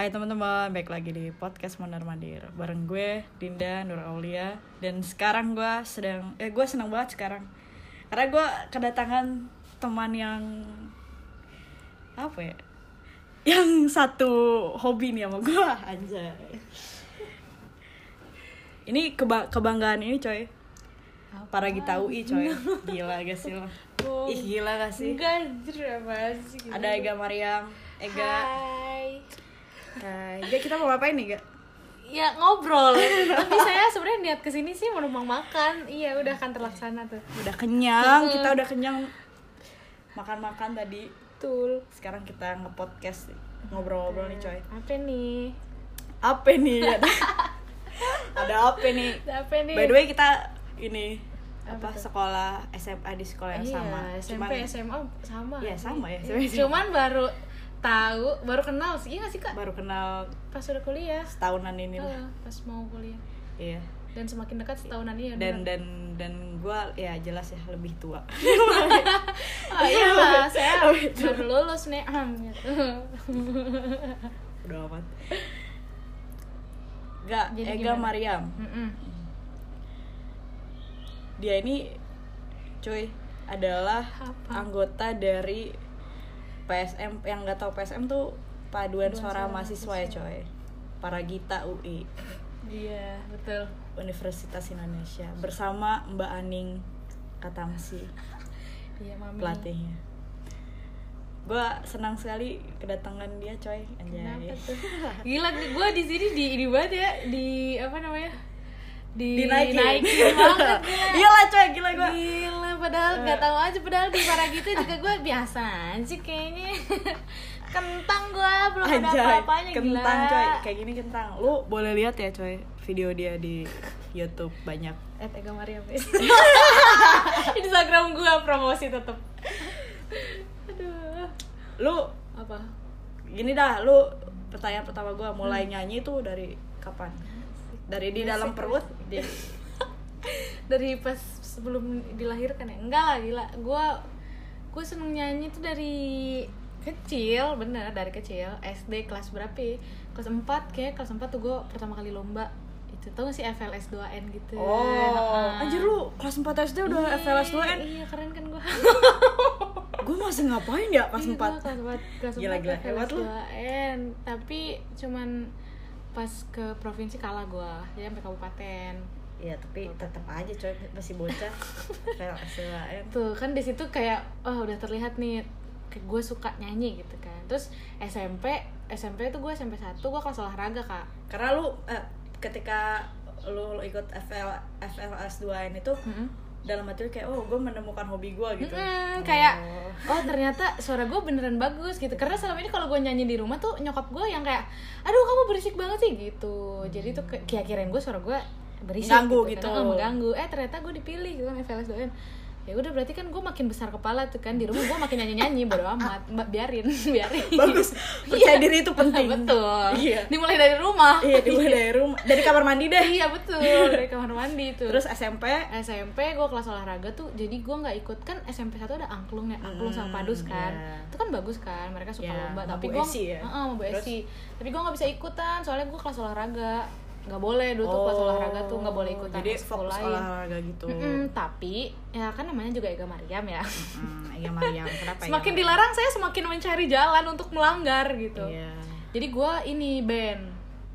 Hai teman-teman, balik lagi di podcast Mondar Mandir bareng gue Dinda Nur Aulia. Dan sekarang gue senang banget sekarang karena gue kedatangan teman yang apa ya, yang satu hobi nih sama gue, anjay. Ini kebanggaan ini coy, para Gita UI coy. Gila gak sih lo? Ih gila gak sih? Enggak, anjir apa sih? Ada Ega Mariam. Ega. Hai. Ega, kita mau ngapain nih, Gak? Ya ngobrol. Tapi saya sebenarnya niat kesini sih mau numpang makan. Iya, udah akan terlaksana tuh. Udah kenyang, kita udah kenyang. Makan-makan tadi. Betul. Sekarang kita nge-podcast, ngobrol-ngobrol nih coy. Apa nih? Apa nih? Ada apa nih? Apa nih? By the way kita ini Apa tuh? sekolah SMA di sekolah yang sama. SMP, SMA sama. Iya, sama ya. Iya. Cuman baru kenal sih. Iya gak sih, Kak? Baru kenal Pas udah kuliah. setahunan ini lah. Pas mau kuliah. Iya. Dan semakin dekat setahunan iya. Dan gue ya jelas ya lebih tua. Oh iya lah, saya baru lulus nih. Gitu. Udah amat. Gak, Jadi Ega gimana? Mariam. Dia ini cuy adalah Apa? anggota dari PSM. Yang nggak tahu PSM tuh Paduan Suara Mahasiswa ya coy. Para Gita UI, Iya, betul. Universitas Indonesia, bersama Mbak Aning Katamsi, Iya, Mami. pelatihnya. Gue senang sekali kedatangan dia coy, anjay. Kenapa tuh? Gila, gue di sini di banget ya, di apa namanya? Dinaikin banget. Iya lah coy, gila gue. Gila, padahal nggak tahu aja, padahal di para gitu juga gue biasa aja kayaknya. Kentang gue belum ada apa-apanya, gila. Kentang coy, kayak gini kentang. Lu boleh lihat ya coy, video dia di YouTube banyak. Ega Mariam. Instagram gue promosi tetep. Aduh. Lu Apa? gini dah, lu pertanyaan pertama gue, mulai nyanyi tuh dari kapan? Dari di dalam perut? Dari pas sebelum dilahirkan ya? Enggak lah, gila. Gue seneng nyanyi tuh dari kecil, bener, dari kecil. SD kelas berapa ya? Kelas 4, kayak kelas 4 tuh gue pertama kali lomba. Itu tau gak sih FLS 2N gitu. Anjir lu kelas 4 SD udah FLS 2N? Iya, keren kan gue. Gue masih ngapain ya kelas 4? Kelas 4 Gila, hebat FLS lu. 2N. Tapi cuman pas ke provinsi kalah gue. Jadi sampai kabupaten. Iya, tapi tetap aja coy, masih bocah. FLS 2N. Tuh kan di situ kayak udah terlihat nih kayak gue suka nyanyi gitu kan. Terus SMP tuh gue SMP 1 gue kelas olahraga, Kak. Karena lu ketika lu ikut FLS 2N itu dalam hati lu kayak gue menemukan hobi gue gitu. Kayak ternyata suara gue beneran bagus gitu. Karena selama ini kalau gue nyanyi di rumah tuh nyokap gue yang kayak aduh kamu berisik banget sih gitu. Jadi tuh kayak kirain gue suara gue berisik mengganggu gitu. Mengganggu. Ternyata gue dipilih gitu kan FLS 2N. Ya udah berarti kan gue makin besar kepala tuh kan, di rumah gue makin nyanyi bodo amat. Biarin. Bagus. Percaya diri itu penting. Betul. Iya. Dimulai dari rumah. Iya, dimulai dari rumah, dari kamar mandi deh. Iya betul, dari kamar mandi tuh. Terus SMP gue kelas olahraga tuh, jadi gue nggak ikut kan. SMP 1 ada angklung ya, angklung sama padus kan. Yeah. Itu kan bagus kan, mereka suka lomba. sama Tapi Bu gue Esi ya? sama Bu Esi. Tapi gue nggak bisa ikutan, soalnya gue kelas olahraga. Nggak boleh dulu tuh kelas olahraga tuh nggak boleh ikutan. Jadi ekskul fokus lain. olahraga gitu. Tapi ya kan namanya juga Ega Mariam ya. Ega Mariam, kenapa Semakin ya? dilarang saya semakin mencari jalan untuk melanggar gitu. Iya. Jadi gue ini band.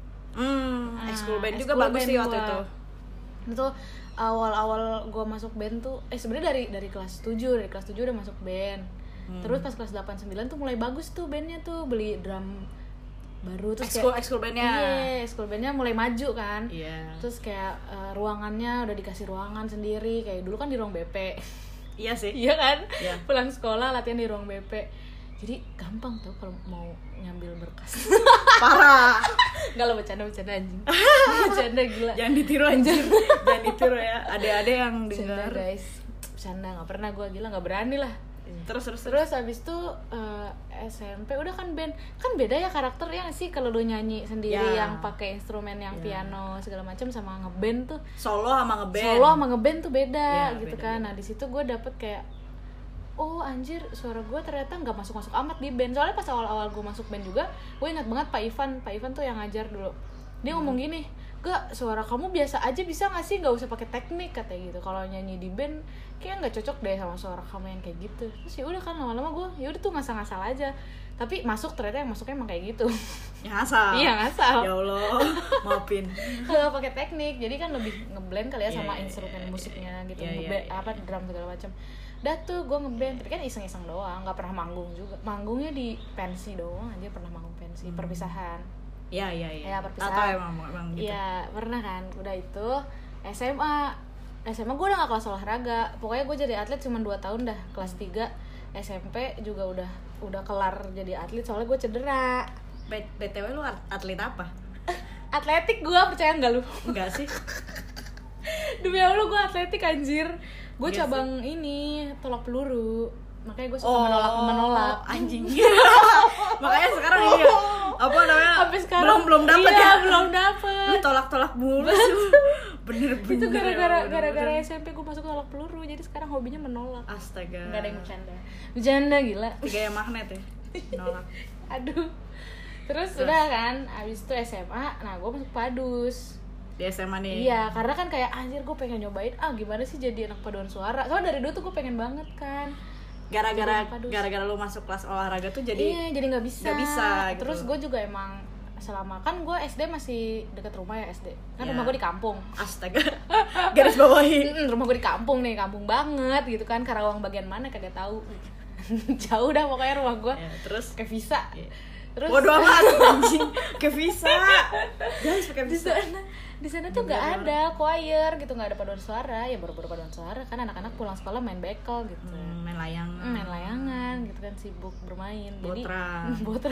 Ekskul band juga ekskul bagus band sih waktu gua. itu. Itu awal gue masuk band tuh sebenarnya dari kelas 7 udah masuk band. Terus pas kelas 8 9 tuh mulai bagus tuh bandnya tuh, beli drum baru terus Ekskul bandnya. Iya, ekskul bandnya mulai maju kan. Iya. Terus kayak ruangannya udah dikasih ruangan sendiri, kayak dulu kan di ruang BP. Iya sih. Iya kan? Iya. Pulang sekolah latihan di ruang BP. Jadi gampang tuh kalau mau ngambil berkas. Parah. Enggak lah, bercanda anjing. Bercanda gila. Jangan ditiru anjir. Jangan ditiru ya. Ada yang Bercanda dengar. guys. Bercanda, enggak pernah gue, gila enggak berani lah. Terus Habis itu SMP udah kan band. Kan beda ya karakternya sih kalau lu nyanyi sendiri Ya. yang pakai instrumen yang piano segala macam sama ngeband tuh. solo sama ngeband Tuh beda Ya, gitu beda, kan. beda. Nah, di situ gue dapet kayak oh anjir suara gue ternyata nggak masuk amat di band. Soalnya pas awal gue masuk band juga, gue ingat banget Pak Ivan tuh yang ngajar dulu. Dia ngomong gini, gak, suara kamu biasa aja, bisa nggak sih nggak usah pakai teknik katanya gitu. Kalau nyanyi di band kayak nggak cocok deh sama suara kamu yang kayak gitu. Terus ya udah kan lama-lama gue ya udah tuh ngasal-ngasal aja. Tapi ternyata yang masuknya emang kayak gitu. Ya ngasal. Iya ngasal. Ya Allah, maafin. Kalau pakai teknik, jadi kan lebih ngeblend kali ya sama Yeah, instrumen musiknya gitu, yeah. apa drum segala macam. Dah tuh gue ngeband, tapi kan iseng-iseng doang, nggak pernah manggung juga. Manggungnya di pensi doang aja, pernah manggung pensi, perpisahan. Ya, Ya perpisahan. Atau emang gitu. Iya pernah kan. Udah itu SMA gue udah gak kelas olahraga. Pokoknya gue jadi atlet cuma 2 tahun dah. Kelas 3 SMP juga udah kelar jadi atlet soalnya gue cedera. BTW lu atlet apa? Atletik gue, percaya nggak lu? Enggak sih. Demi Allah gue atletik anjir. Gue Yes. cabang ini tolak peluru. Makanya gue suka menolak anjing. Makanya sekarang iya apa namanya? Sampai sekarang belum dapet iya, ya. belum dapet. Lu tolak mulu sih. Bener-bener. Itu gara-gara SMP gue masuk tolak peluru, jadi sekarang hobinya menolak. Astaga. Nggak ada yang bercanda gila. Gaya magnet ya. Nolak. Aduh. Terus udah kan, abis itu SMA, nah gue masuk Padus. Di SMA nih. Iya, karena kan kayak anjir gue pengen nyobain, gimana sih jadi anak paduan suara. Soalnya dari dulu tuh gue pengen banget kan. Gara-gara lu masuk kelas olahraga tuh jadi iya, jadi nggak bisa gitu. Terus gue juga emang selama kan gue SD masih deket rumah ya SD kan. Yeah. Rumah gue di kampung. Astaga. Garis bawahi. Rumah gue di kampung nih, kampung banget gitu kan. Karawang bagian mana kagak tahu. Jauh dah pokoknya rumah gue. Yeah, terus kayak visa. Yeah. Terus bodo amat anjing. Kayak visa. Guys, pakai visa. Di sana tuh nggak ada choir gitu, nggak ada paduan suara. Ya baru paduan suara kan, anak-anak pulang sekolah main bekel gitu. Main layangan gitu kan, sibuk bermain. Botra.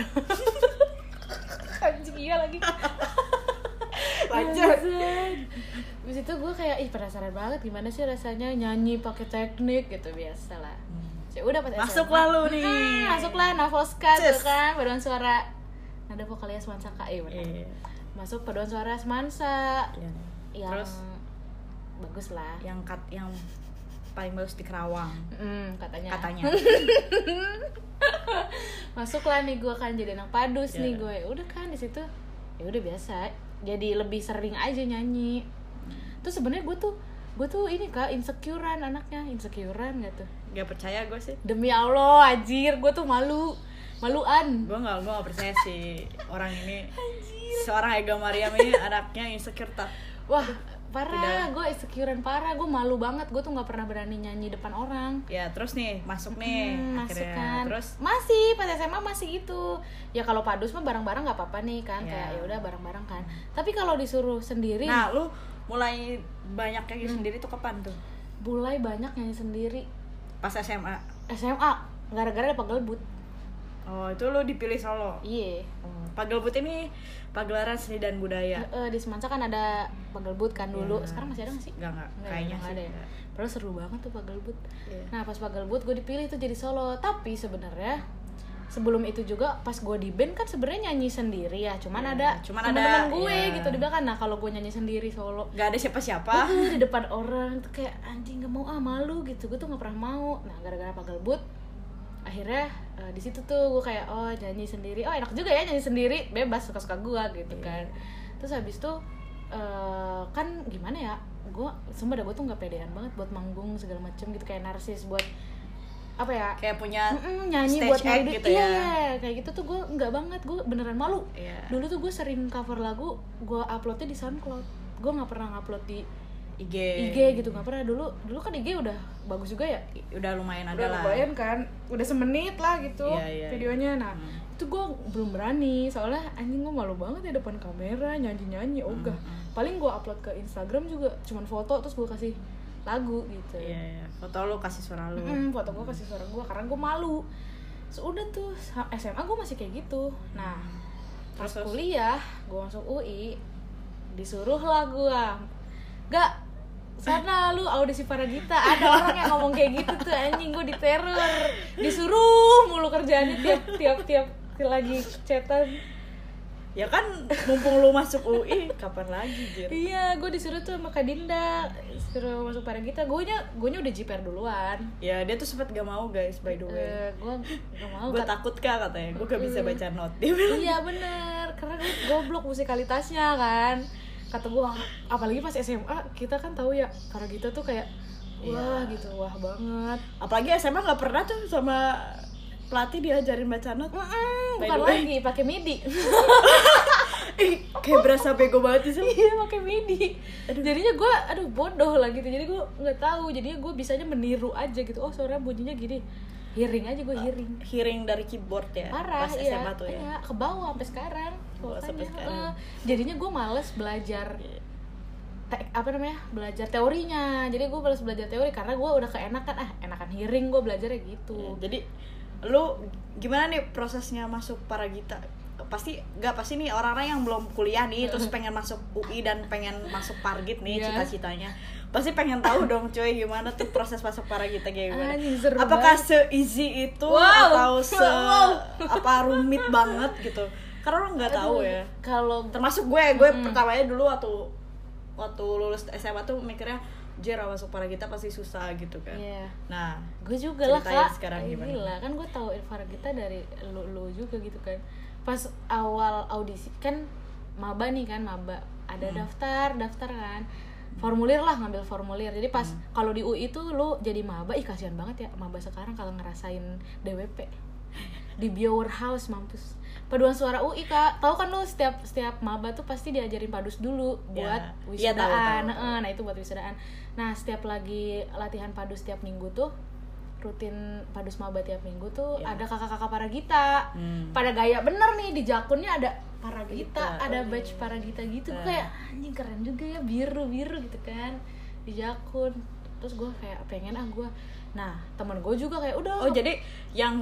Anjing iya lagi. Lanjut. Abis itu gue kayak penasaran banget gimana sih rasanya nyanyi pakai teknik gitu, biasa lah. Ya udah pas masuklah lu nih. Masuklah Navoska tuh kan, paduan suara nada vokalnya Semansa Kak, benar. Masuk paduan suara Semansa. Yang terus bagus lah. Yang paling bagus di Kerawang. Katanya. Masuklah nih gue kan jadi anak Padus nih gue. Udah kan di situ. Ya udah biasa. Jadi lebih sering aja nyanyi. Terus sebenarnya gue tuh ini Kak, insecurean gitu. Gak percaya gue sih. Demi Allah, anjir, gue tuh maluan. Gue gak percaya sih orang ini. Seorang Ega Mariam ini anaknya insecure tak. Wah, parah, gue insecurean parah. Gue malu banget, gue tuh gak pernah berani nyanyi depan orang. Ya terus nih, masuk nih Masuk akhirnya. kan. Terus masih pas SMA masih gitu. Ya kalau Padus mah bareng-bareng gak apa-apa nih kan. Kayak ya udah bareng-bareng kan. Tapi kalau disuruh sendiri. Nah, lu mulai banyak nyanyi sendiri tuh kapan tuh? Mulai banyak nyanyi sendiri Pas SMA. gara-gara ada Pagelbut. Oh, itu lu dipilih solo. Iya. Pagelbut ini pagelaran seni dan budaya. Di Semansa kan ada Pagelbut kan dulu. Sekarang masih ada nggak sih? Enggak. Kayaknya sih. Ada ya. Padahal seru banget tuh Pagelbut. Yeah. Nah, pas Pagelbut gue dipilih tuh jadi solo. Tapi sebenarnya sebelum itu juga pas gue di band kan sebenarnya nyanyi sendiri ya. Cuman ada teman-teman gue gitu di belakang. Nah, kalau gue nyanyi sendiri solo, Gak ada siapa-siapa. di depan orang tuh kayak anjing gak mau, malu gitu. Gue tuh gak pernah mau. Nah, gara-gara Pagelbut akhirnya di situ tuh gue kayak nyanyi sendiri, enak juga ya nyanyi sendiri, bebas suka-suka gue gitu kan. Terus habis itu kan gimana ya, gue sumpah gue tuh nggak pedean banget buat manggung segala macem gitu, kayak narsis buat apa ya, kayak punya nyanyi stage buat act gitu ya. Iya, kayak gitu tuh gue nggak banget, gue beneran malu. Dulu tuh gue sering cover lagu, gue uploadnya di SoundCloud, gue nggak pernah ngupload di IG gitu, nggak pernah. Dulu kan IG udah bagus juga ya, udah lumayan ada lah, lumayan kan, udah semenit lah gitu videonya. Nah itu gue belum berani, soalnya anjing gue malu banget ya depan kamera nyanyi ogah. Paling gue upload ke Instagram juga cuman foto terus gue kasih lagu gitu. Foto lu kasih suara lu. Foto gue kasih suara gue karena gue malu. Udah tuh SMA gue masih kayak gitu. Nah pas kuliah gue masuk UI, disuruh lah gue, gak sana lu audisi Paragita. Ada orang yang ngomong kayak gitu tuh, anjing gue diteror, disuruh mulu kerjaannya tiap lagi chatan. Ya kan mumpung lu masuk UI kapan lagi Jir? Iya, gue disuruh tuh sama Kak Dinda, disuruh masuk Paragita. Gue nya udah jiper duluan. Ya dia tuh sempet gak mau guys, by the way. Gue gak mau. Gue takut Kak katanya, gue gak bisa baca not. Dia bilang iya bener, karena gue goblok musikalitasnya kan. Kata gue, apalagi pas SMA kita kan tahu ya Paragita tuh kayak wah gitu, wah banget. Apalagi SMA gak pernah tuh sama pelatih diajarin baca not. Bukan lagi pakai MIDI. Kayak berasa bego banget sih. Iya pakai MIDI. Jadinya gue bodoh lah gitu. Jadi gue nggak tahu. Jadinya gue bisanya meniru aja gitu. Oh suara bunyinya gini. Hearing aja gue hearing. Hearing dari keyboard ya. Parah pas iya. SMA tuh ya. Iya, ke bawah sampai sekarang. Sampai sekarang. Jadinya gue males belajar belajar teorinya. Jadi gue males belajar teori karena gue udah enakan hearing gue belajarnya gitu. Jadi lu gimana nih prosesnya masuk Paragita? Pasti nih orang-orang yang belum kuliah nih terus pengen masuk UI dan pengen masuk Pargit nih cita-citanya. Pasti pengen tahu dong cuy gimana tuh proses masuk Paragita kayak gimana. Apakah se-easy itu atau apa rumit banget gitu? Karena orang nggak tahu ya. Kalau termasuk gue pertamanya dulu waktu lulus SMA tuh mikirnya Jera masuk Paragita pasti susah gitu kan. Yeah. Nah, gue juga lah Kak. Sekarang gimana? Gila, kan gue tahu Paragita dari lu juga gitu kan. Pas awal audisi kan maba ada daftar kan. Formulir lah, ngambil formulir. Jadi pas kalau di UI itu lu jadi maba, kasihan banget ya maba sekarang kalau ngerasain DWP. Di Biower House mampus. Paduan suara UI Kak, tahu kan lu setiap maba tuh pasti diajarin padus dulu buat wisudaan. Tahu. Nah itu buat wisudaan. Nah setiap lagi latihan padus tiap minggu tuh rutin padus maba tiap minggu tuh ada kakak-kakak Paragita. Pada gaya bener nih di jakunnya ada Paragita, ada badge Paragita gitu. Gue kayak anjing keren juga ya biru gitu kan di jakun. Terus gue kayak pengen gue. Nah teman gue juga kayak udah. Oh jadi yang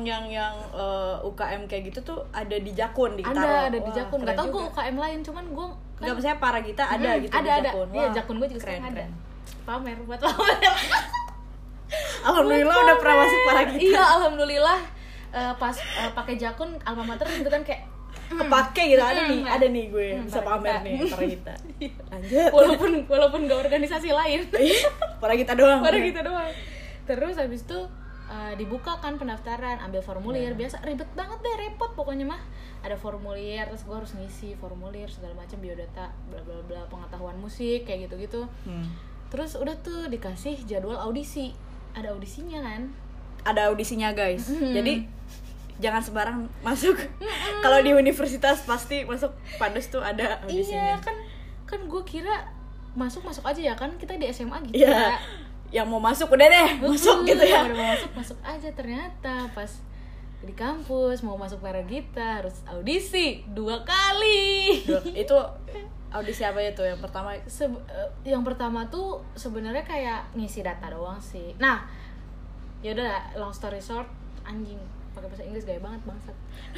UKM kayak gitu tuh ada di jakun ditaruh. Ada di jakun. Gak tau gue UKM lain, cuman gue kan, nggak misalnya Paragita ada gitu di jakun. Iya jakun gue juga keren. Ada. Pamer buat pamer. Alhamdulillah udah pernah masuk Paragita. Iya alhamdulillah. Pas pakai jakun alma mater gitu kan kayak kepake gitu ada nih gue bisa pamer nih Paragita. Lanjut. Walaupun gak organisasi lain. Paragita doang. Terus habis itu dibuka kan pendaftaran, ambil formulir. Biasa ribet banget deh, repot pokoknya mah. Ada formulir, terus gue harus ngisi formulir segala macam, biodata, bla bla bla, pengetahuan musik kayak gitu-gitu. Terus udah tuh dikasih jadwal audisi. Ada audisinya kan? Ada audisinya guys. Jadi jangan sembarang masuk. Kalau di universitas pasti masuk padus tuh ada audisinya. Iya kan gue kira masuk aja ya kan, kita di SMA gitu ya. Yang mau masuk udah deh masuk gitu ya. Udah mau masuk aja, ternyata pas di kampus mau masuk Paragita harus audisi 2 kali. Itu audisi apa itu? Yang pertama yang pertama tuh sebenarnya kayak ngisi data doang sih. Nah ya udah, long story short, anjing pakai bahasa Inggris gaya banget bangsat.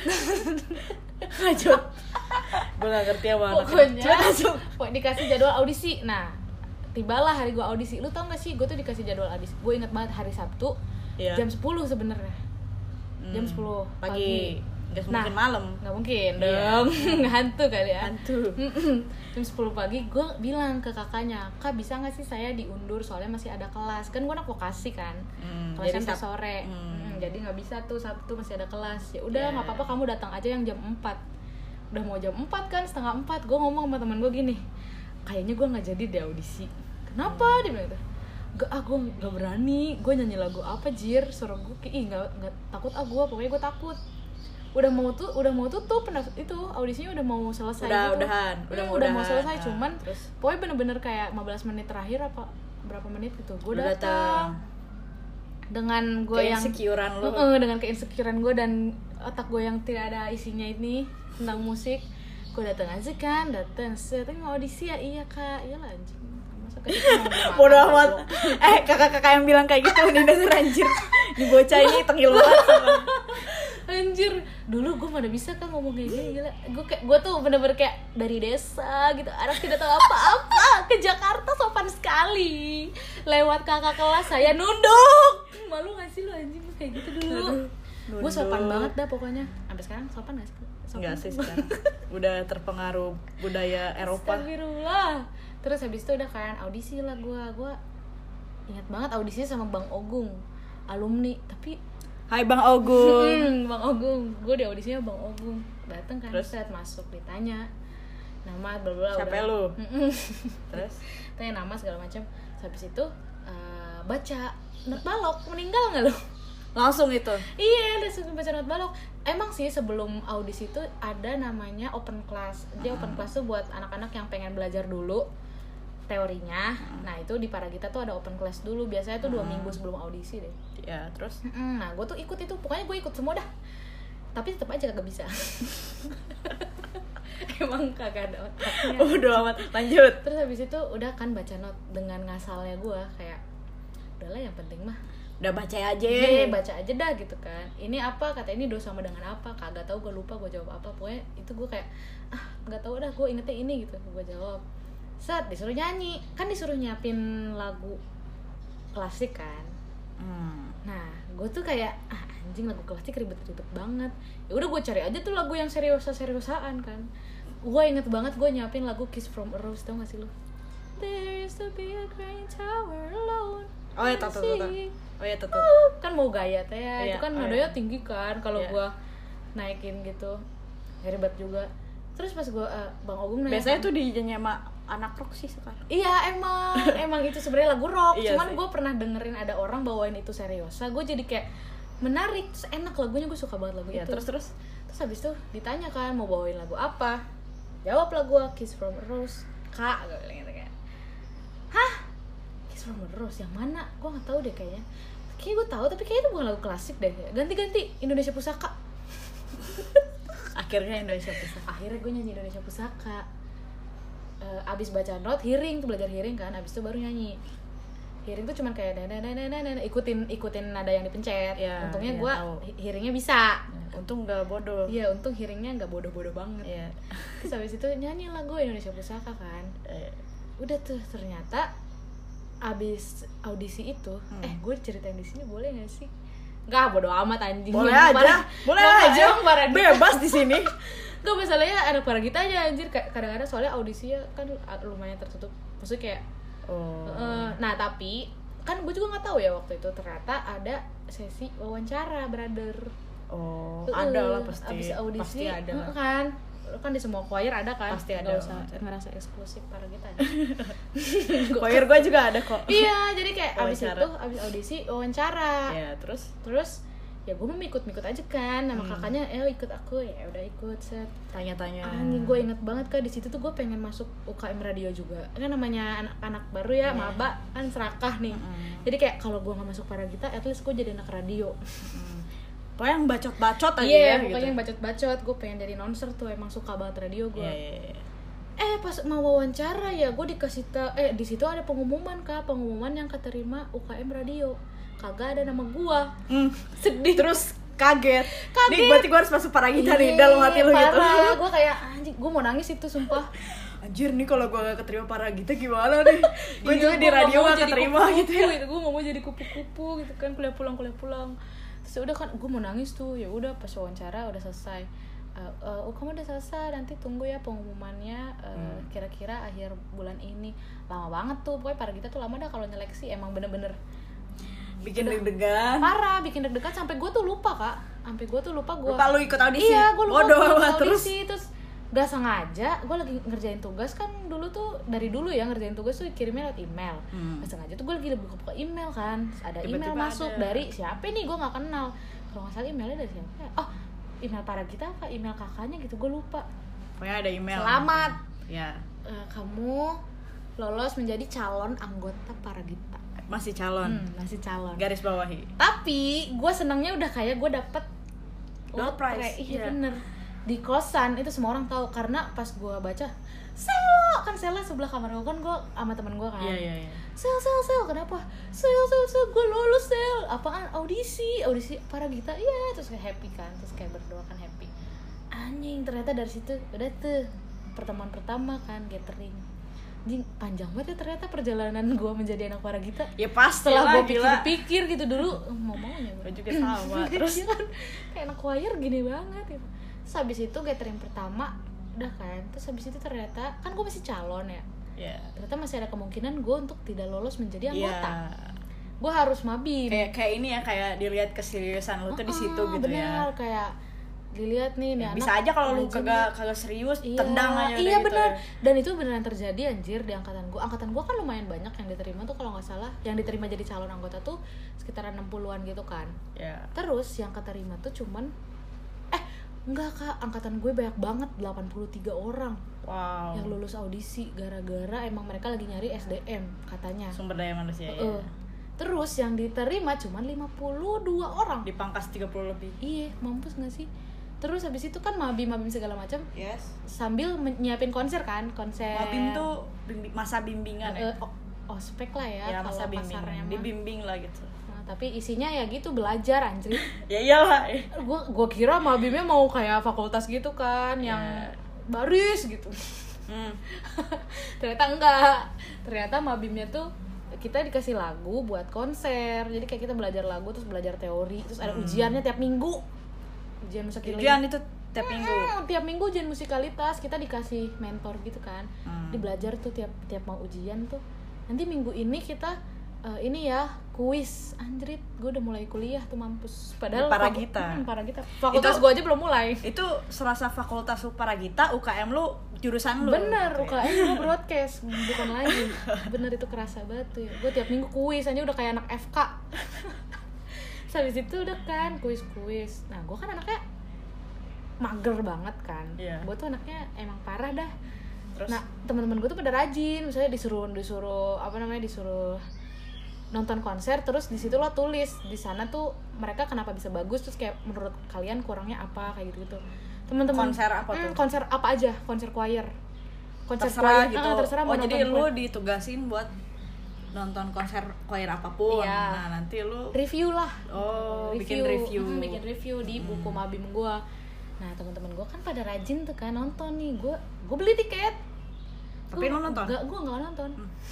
Lanjut. Gue gak ngerti apa pokoknya dikasih jadwal audisi. Nah tibalah hari gue audisi. Lu tau gak sih gue tuh dikasih jadwal audisi, gue inget banget hari Sabtu jam 10 sebenarnya. Jam 10 pagi. Gak mungkin malam. Gak mungkin dong. Hantu kali ya. Jam 10 pagi gue bilang ke kakaknya, Kak bisa gak sih saya diundur soalnya masih ada kelas. Kan gue anak vokasi kan, kelasnya sampai sore. Jadi gak bisa tuh Sabtu masih ada kelas. Ya udah gak apa-apa, kamu datang aja yang jam 4. Udah mau jam 4 kan, setengah 4. Gue ngomong sama temen gue gini, kayaknya gue gak jadi deh audisi. Kenapa? Dia bilang gitu. Gue gak berani. Gue nyanyi lagu apa Jir, suara gue gak takut gue, pokoknya gue takut. Udah mau tutup itu audisinya, udah mau selesai. Udah mau selesai. Cuman terus pokoknya bener-bener kayak 15 menit terakhir apa berapa menit gitu gue datang dengan gue yang keinsecurean lu. Dengan keinsecurean gue dan otak gue yang tidak ada isinya ini tentang musik. Gue datang aja kan, tapi mau audisi ya. Iya Kak, iyalah anjing. Bodoh amat. Kakak-kakak yang bilang kayak gitu nih dasar anjir. Di bocah ini tengil banget sama. Anjir, dulu gue mana bisa kan ngomong kayak gini, gila. Gue tuh bener-bener kayak dari desa gitu, anak tidak tahu apa-apa, ke Jakarta sopan sekali. Lewat kakak kelas saya nunduk. Malu gak sih lu anjing kayak gitu dulu? Gue sopan banget dah pokoknya. Sampai sekarang sopan gak sih? Enggak sih sekarang. Udah terpengaruh budaya Eropa. Astagfirullah. Terus habis itu udah kan audisi lah gue ingat banget audisinya sama Bang Ogung, alumni. Tapi Hai Bang Ogung. Bang Ogung, gue di audisinya Bang Ogung. Dateng kan, Terus? set masuk, ditanya nama bla bla. Siapa udah. lu? Terus Tanya nama segala macam. Habis itu baca not balok, meninggal nggak lo? langsung itu. Iya, udah baca not balok. Emang sih sebelum audisi itu ada namanya open class. Jadi open class tuh buat anak-anak yang pengen belajar dulu teorinya. Nah itu di Paragita tuh ada open class dulu. Biasanya tuh 2 minggu sebelum audisi deh. Ya, terus Nah gue tuh ikut itu. Pokoknya gue ikut semua dah. Tapi tetap aja kagak bisa. Emang kagak ada otaknya. udah amat. Lanjut. Terus habis itu udah kan baca not dengan ngasalnya gue. Kayak udahlah yang penting mah Udah baca aja. Iya, baca aja dah gitu kan. Ini apa? Kata ini do sama dengan apa? Kagak tahu, gue lupa gue jawab apa. Pokoknya itu gue kayak nggak tahu dah, gue ingetnya ini gitu. Gue jawab. Set disuruh nyanyi. Kan disuruh nyiapin lagu klasik kan. Nah, gue tuh kayak anjing lagu klasik ribet-ribet banget. Ya udah gue cari aja tuh lagu yang serius-seriusan kan. Gue inget banget gue nyiapin lagu Kiss from a Rose, tau gak sih lu? There used to be a great tower alone. Oh ya, tahu. Oh ya, tahu. Kan mau gaya teh ya, Iya, itu kan oh nadanya iya. tinggi kan kalau Iya. gua naikin gitu. Ya, ribet juga. Terus pas gua Bang Ogung nanya. Biasanya kan, tuh dinyanyi sama anak rock sih sekarang. iya emang itu sebenarnya lagu rock. Iya Cuman sih. gua pernah dengerin ada orang bawain itu seriosa, gua jadi kayak menarik, terus enak lagunya, gue suka banget lagu Ya, itu. terus Terus habis itu ditanya kan mau bawain lagu apa. Jawab lah gua Kiss from a Rose. Kak, gue bilang gitu kan. Hah? Kiss from a Rose yang mana? Gue nggak tahu deh kayaknya. Kayaknya gue tahu tapi kayaknya itu bukan lagu klasik deh. Ganti Indonesia Pusaka. akhirnya Indonesia Pusaka. Akhirnya gue nyanyi Indonesia Pusaka. Abis baca not, hearing tuh, belajar hearing kan. Abis itu baru nyanyi. Hearing tuh cuman kayak ikutin nada yang dipencet. Ya, Untungnya ya, gue tahu. hearingnya bisa. Untung gak bodoh. Iya, untung hearingnya nggak bodoh-bodoh banget. Iya. Terus habis itu nyanyi lagu Indonesia Pusaka kan. Udah tuh ternyata abis audisi itu, gue ceritain di sini boleh nggak sih? Nggak, bodo amat anjing. Boleh Yang aja. Boleh aja. Bebas di sini. Gak, masalahnya anak Paragita aja anjir. Kadang-kadang soalnya audisinya kan lumayan tertutup. Maksudnya kayak nah tapi kan gue juga nggak tahu ya waktu itu ternyata ada sesi wawancara brother. Ada lah pasti. Abis audisi Pasti ada lah. kan di semua choir ada kan. Pasti ada. Nggak usah ngerasa eksklusif Paragita. Choir gue juga ada kok. Iya, jadi kayak abis Wawancara. itu abis audisi wawancara. Ya, terus Ya gue mau ikut aja kan sama kakaknya, ikut aku, ya udah ikut set. tanya-tanya. Anjing, gue inget banget kan di situ tuh gue pengen masuk UKM radio juga. Kan namanya anak-anak baru ya, maba kan serakah nih. Jadi kayak kalau gue nggak masuk Paragita, at least gue jadi anak radio. Pokoknya yang bacot-bacot aja Iya, ya pokoknya gitu. yang bacot-bacot. Gue pengen jadi announcer tuh, emang suka banget radio gue. Iya. Pas mau wawancara ya gue dikasih di situ ada pengumuman yang keterima UKM radio. Kagak ada nama gua. Sedih. Terus kaget. Nih berarti gue harus masuk Paragita nih dalam hati lu gitu. Parah, gue kayak anjing, gue mau nangis itu sumpah. Anjir nih kalau gue gak keterima Paragita gimana nih? Gue juga di Gua radio nggak mau gak jadi keterima kupu-kupu gitu ya. gue nggak mau jadi kupu-kupu gitu kan, kuliah pulang. Terus udah kan gue mau nangis tuh. Ya udah pas wawancara udah selesai. Kamu udah selesai, nanti tunggu ya pengumumannya kira-kira akhir bulan ini. Lama banget tuh, pokoknya Paragita tuh lama dah kalau nyeleksi, emang bener-bener Bikin deg-degan. parah, bikin deg-degan sampai gue tuh lupa kak, Lupa lu ikut audisi. Iya, gue lupa Bodoh ikut amat. terus gak sengaja gue lagi ngerjain tugas kan, dari dulu ya ngerjain tugas tuh kirimnya lewat email. Gak sengaja tuh gue lagi buka-buka email kan, ada Tiba-tiba email masuk ada. dari siapa nih, gue nggak kenal. Kalau nggak salah emailnya dari siapa ya? Oh, email Paragita apa email kakaknya gitu, gue lupa. Pokoknya ada email. Selamat, Ya. kamu lolos menjadi calon anggota Paragita. Masih calon. Masih calon. Garis bawahi. Tapi gue senangnya udah kayak gue dapet Door prize. lotre. Iya Iya. bener. Di kosan itu semua orang tahu karena pas gue baca Sel, kan Sela sebelah kamar gue kan, gue sama temen gue kan. Iya. Sel, kenapa? Sel, gue lolos Sel. Apaan? Audisi Paragita. Iya, terus kayak happy kan, terus kayak berdoa kan happy. Anjing, ternyata dari situ udah tuh pertemuan pertama kan, gathering. Anjing, panjang banget ya ternyata perjalanan gue menjadi anak Paragita. Ya pasti setelah lah, gue pikir-pikir gitu dulu, mau-maunya gue juga sama. terus kan kayak anak choir gini banget gitu. Terus habis itu gathering pertama udah kan, terus habis itu ternyata kan gue masih calon ya. Ternyata masih ada kemungkinan gue untuk tidak lolos menjadi anggota. Gue harus mabim. Kayak ini ya, kayak dilihat keseriusan lu tuh di situ gitu bener, ya. kayak dilihat nih bisa aja kalau lu kagak serius, tendang aja. Iya benar. Gitu. Dan itu beneran terjadi anjir di angkatan gue. Angkatan gue kan lumayan banyak yang diterima tuh kalau nggak salah. Yang diterima jadi calon anggota tuh sekitaran 60-an gitu kan. Terus yang keterima tuh cuman enggak Kak, angkatan gue banyak banget, 83 orang. Wow. Yang lulus audisi gara-gara emang mereka lagi nyari SDM katanya. Sumber daya manusia ya. Terus yang diterima cuman 52 orang. Dipangkas 30 lebih. Iya, mampus gak sih? Terus habis itu kan mabim segala macam. Yes. Sambil nyiapin konser kan, konser. Mabim tuh masa bimbingan ya. Ospek lah ya, masa bimbingan. Dibimbing lah gitu. Nah, tapi isinya ya gitu belajar anjir. Ya iyalah. Gua kira mabimnya mau kayak fakultas gitu kan, yang baris gitu. Ternyata enggak. Ternyata mabimnya tuh kita dikasih lagu buat konser. Jadi kayak kita belajar lagu terus belajar teori, terus ada ujiannya tiap minggu. Ujian itu tiap minggu. Tiap minggu ujian musikalitas, kita dikasih mentor gitu kan. Di belajar tuh tiap mau ujian tuh. Nanti minggu ini kita ini ya kuis. Anjrit, gue udah mulai kuliah tuh mampus. Padahal Paragita. Fakultas gue aja belum mulai. Itu serasa fakultas lu Paragita, UKM lu jurusan lu. Bener, UKM gue broadcast, bukan lagi. Bener, itu kerasa banget tuh ya. Gue tiap minggu kuis aja udah kayak anak FK. Habis itu udah kan kuis-kuis. Nah, gue kan anaknya mager banget kan. Gue tuh anaknya emang parah dah. Terus? Nah, teman-teman gue tuh pada rajin. Misalnya disuruh nonton konser, terus di situ lo tulis di sana tuh mereka kenapa bisa bagus, terus kayak menurut kalian kurangnya apa, kayak gitu. Teman-teman konser apa tuh? Konser apa aja, konser choir. Konser terserah choir, gitu. Terserah mau jadi lu choir. ditugasin buat nonton konser choir apapun. Nah, nanti lu review lah. Bikin review di buku mabim gua. Nah, teman-teman gua kan pada rajin tuh kan nonton nih. Gua beli tiket. Tapi lu nonton? Gua enggak nonton.